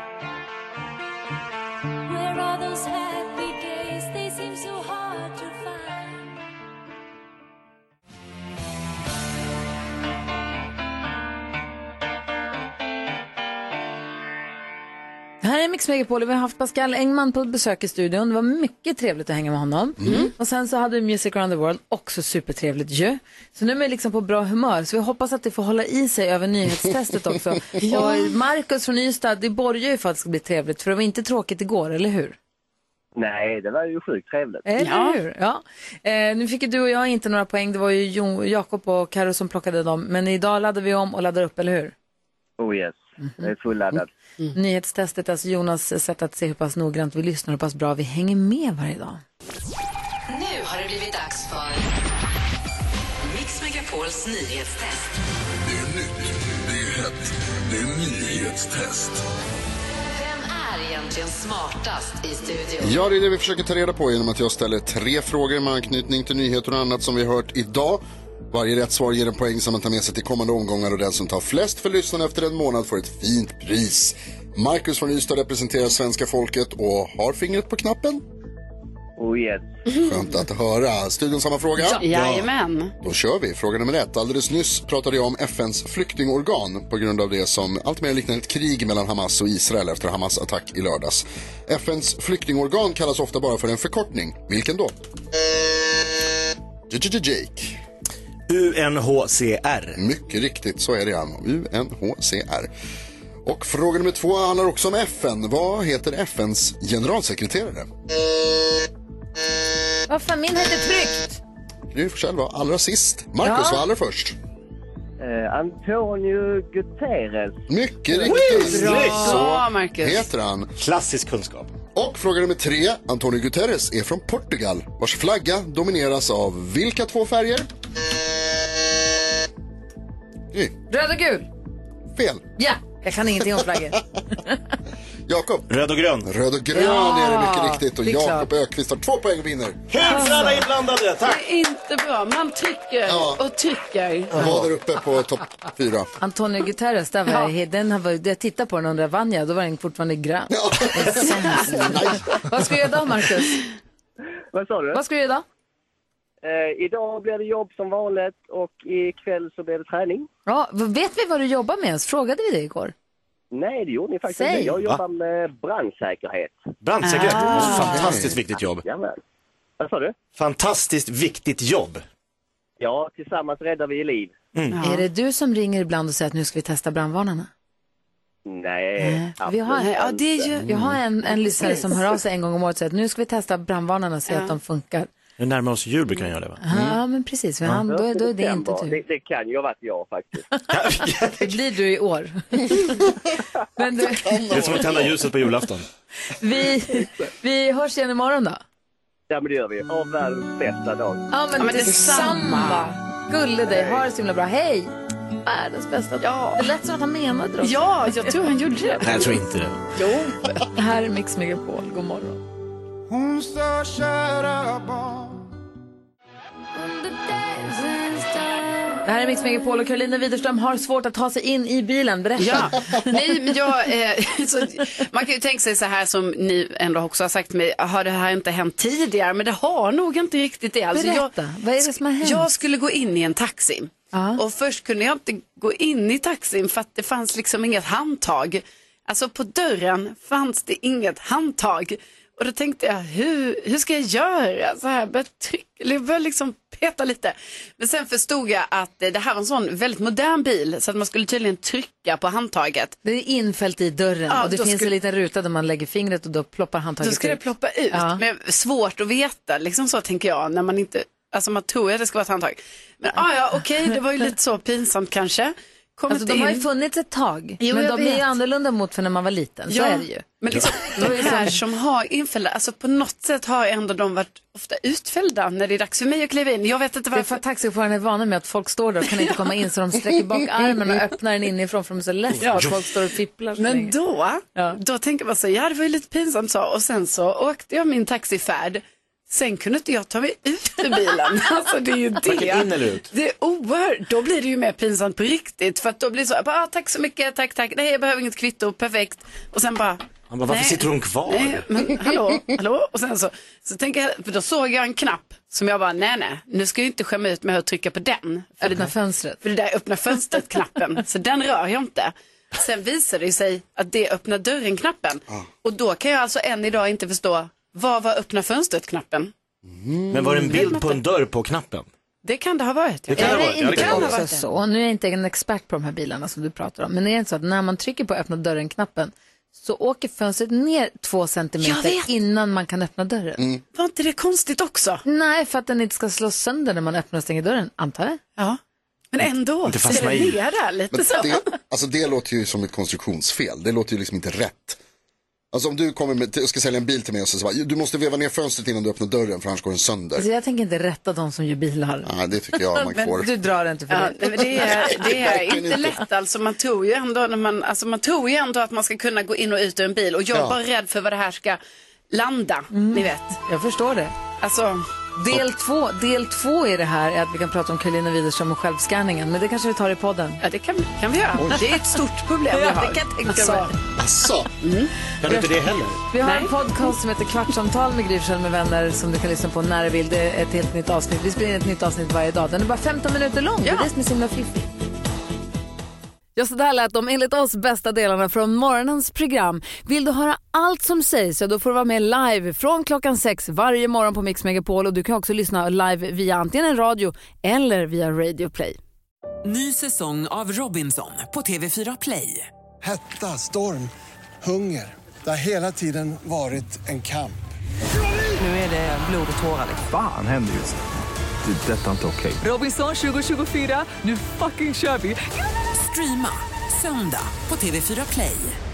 Här är Mix Megapol. Vi har haft Pascal Engman på besök i studion. Det var mycket trevligt att hänga med honom. Mm. Och sen så hade vi Music Around the World. Också supertrevligt ju. Så nu är vi liksom på bra humör. Så vi hoppas att det får hålla i sig över nyhetstestet också. Ja. Och Markus från Ystad, det borgar ju för att det ska bli trevligt. För det var inte tråkigt igår, eller hur? Nej, det var ju sjukt trevligt. Eller ja. hur? Ja. Eh, nu fick ju du och jag inte några poäng. Det var ju jo- Jakob och Karo som plockade dem. Men idag laddar vi om och laddar upp, eller hur? Oh yes, det är fulladdat. Mm. Nyhetstestet, alltså Jonas sätt att se hur pass noggrant vi lyssnar och hur pass bra vi hänger med varje dag. Nu har det blivit dags för Mix Megapols nyhetstest. Det är nytt, det är hett, det är nyhetstest. Vem är egentligen smartast i studion? Ja, det är det vi försöker ta reda på genom att jag ställer tre frågor med anknytning till nyheter och annat som vi har hört idag. Varje rätt svar ger en poäng som man tar med sig till kommande omgångar och den som tar flest för lyssnarna efter en månad får ett fint pris. Markus från Ystad representerar svenska folket och har fingret på knappen. Oh yes. Skönt att höra. Studion samma fråga? Ja. Jajamän. Då kör vi. Fråga nummer ett. Alldeles nyss pratade jag om F N:s flyktingorgan på grund av det som allt mer liknar ett krig mellan Hamas och Israel efter Hamas attack i lördags. F N:s flyktingorgan kallas ofta bara för en förkortning. Vilken då? Jake. U N H C R. Mycket riktigt, så är det han. U N H C R. Och fråga nummer två handlar också om F N. Vad heter F N:s generalsekreterare? Vad fan, min heter Tryckt. Gry Forssell var allra sist. Marcus Ja. var allra först. Eh, Antonio Guterres. Mycket riktigt. Bra. Så Bra, Marcus. heter han. Klassisk kunskap. Och fråga nummer tre. Antonio Guterres är från Portugal, vars flagga domineras av vilka två färger? Gry. Röd och gul. Fel. Ja, jag kan ingenting om flaggor. Jakob. Röd och grön. Röd och grön Ja, är det mycket riktigt. Och det är Jakob klart. Ökvist har två poäng och vinner. Kul för alla inblandade, tack! Det är inte bra, man trycker Ja. och trycker. Var där uppe på topp fyra. Antonio Guterres, där var jag, den har, jag tittade på den under Vanja, då var den fortfarande grön. Det är sämst. Vad ska du göra idag, Marcus? Vad sa du? Vad ska du göra idag? Eh, idag blir det jobb som vanligt och ikväll så blir det träning. Ja, vet vi vad du jobbar med ens? Frågade vi det igår? Nej, det gjorde ni faktiskt Säg. inte. Jag jobbar Va? med brandsäkerhet. Brandsäkerhet. Ah. Fantastiskt viktigt jobb. Jajamän. Vad sa du? Fantastiskt viktigt jobb. Ja, tillsammans räddar vi liv. Mm. Är det du som ringer ibland och säger att nu ska vi testa brandvarnarna? Nej, Vi har, absolut ja, det är ju, inte. vi har en, en lyssnare som hör av sig en gång om året och säger att nu ska vi testa brandvarnarna och se att de funkar. Nu närmar oss jul brukar jag göra det, va? Ja, men precis. För han, då, är- då är det inte det, tur. det kan ju ha varit jag faktiskt. Det blir du i år. Men du, Det är som att tända ljuset på julafton. vi, vi hörs igen imorgon då. Ja, men det gör vi. Av världens bästa dag. Ja, men, Ja, men detsamma. Gulle dig, ha det så himla bra. Hej! Världens bästa. Ja. Det lät som att han menade det också. Ja, jag tror han gjorde det. Nej, jag tror inte det. Jo. Det här är Mix Megapol. God morgon. Hon står kära barn. Det här är Mix Megapol och Karolina Widerström har svårt att ta sig in i bilen. Berätta. Ja, nej, men jag, eh, så, man kan ju tänka sig så här som ni ändå också har sagt mig, har det här inte hänt tidigare? Men det har nog inte riktigt det. Alltså, Berätta, jag, vad är det som har hänt? Jag skulle gå in i en taxi. Och först kunde jag inte gå in i taxin för att det fanns liksom inget handtag. Alltså på dörren fanns det inget handtag. Och då tänkte jag, hur, hur ska jag göra? Så här, börja trycka, eller jag började liksom peta lite. Men sen förstod jag att det här var en sån väldigt modern bil, så att man skulle tydligen trycka på handtaget. Det är infällt i dörren, ja, och det finns skulle... en liten ruta där man lägger fingret och då ploppar handtaget ut. Då ska ut. det ploppa ut, ja. Men svårt att veta, liksom så tänker jag, när man inte, alltså man tror att det ska vara ett handtag. Men ah, ja, okej, okay, det var ju lite så pinsamt kanske. Alltså, de har ju funnits ett tag, jo, men de blir ju annorlunda mot för när man var liten, ja, så är det ju. Men liksom, de här som har infällda, alltså på något sätt har ändå de varit ofta utfällda när det är dags för mig att kliva in. Jag vet inte varför. Det är för att taxichauffören är vana med att folk står där och kan inte komma in, så de sträcker bak armen och öppnar den inifrån för de är så ledsna ja. Att folk står och fipplar. Men då, ja. Då tänker man så, ja det var ju lite pinsamt så, och sen så åkte jag min taxifärd. Sen kunde inte jag ta mig ut ur bilen. Alltså det är ju det. In eller ut? Det är oerhört. Då blir det ju mer pinsamt på riktigt. För att då blir det så, ah, tack så mycket, tack, tack. Nej, jag behöver inget kvitto, perfekt. Och sen bara... Han bara, varför nej, sitter hon kvar? Nej, men hallå, hallå. Och sen så, så tänker jag, för då såg jag en knapp som jag bara, nej, nej. Nu ska jag inte skämma ut mig att trycka på den. För öppna det, fönstret. För det där öppna fönstret-knappen. Så den rör jag inte. Sen visar det sig att det öppnar dörren-knappen. Ah. Och då kan jag alltså än idag inte förstå, vad var öppna fönstret-knappen? Mm. Men var det en bild på en dörr på knappen? Det kan det ha varit. Det kan det, det inte kan ha varit så. Nu är jag inte en expert på de här bilarna som du pratar om. Men det är inte så att när man trycker på öppna dörren-knappen så åker fönstret ner två centimeter innan man kan öppna dörren. Mm. Var inte det konstigt också? Nej, för att den inte ska slås sönder när man öppnar och stänger dörren, antar jag. Ja. Men ändå, inte så det är där lite men så. Det, alltså det låter ju som ett konstruktionsfel. Det låter ju liksom inte rätt. Alltså om du kommer med, och ska sälja en bil till mig och så bara, du måste veva ner fönstret innan du öppnar dörren för annars går den sönder. Alltså jag tänker inte rätta de som gör bilar. Nej, det tycker jag man får. Men du drar inte för ja, det. Men det är, det är inte lätt alltså. Man tror ju ändå när man, alltså man tror ju ändå att man ska kunna gå in och ut ur en bil. Och jag är ja. bara rädd för vad det här ska landa, mm. ni vet. Jag förstår det. Alltså... Del två, del två i det här är att vi kan prata om Karolina Widerström och självskanningen. Men det kanske vi tar i podden. Ja, det kan, kan vi göra. Oj. Det är ett stort problem vi ja, har. Det kan jag tänka alltså. mig. Asså? Mm. Kan du inte det heller? Vi har Nej. en podcast som heter Kvartsamtal med Gry Forssell med vänner som du kan lyssna på när du vill. Det är ett helt nytt avsnitt. Vi spelar in ett nytt avsnitt varje dag. Den är bara femton minuter lång. Ja. Det är det som är så himla fiffigt. Ja, så där lät de enligt oss bästa delarna från morgonens program. Vill du höra allt som sägs så då får du vara med live från klockan sex varje morgon på Mix Megapol. Och du kan också lyssna live via antingen en radio eller via Radio Play. Ny säsong av Robinson på T V fyra Play. Hetta, storm, hunger. Det har hela tiden varit en kamp. Nu är det blod och tårar. Fan händer just det. Det är detta inte okej. Robinson tjugo tjugofyra, nu fucking kör vi. Streama söndag på T V fyra Play.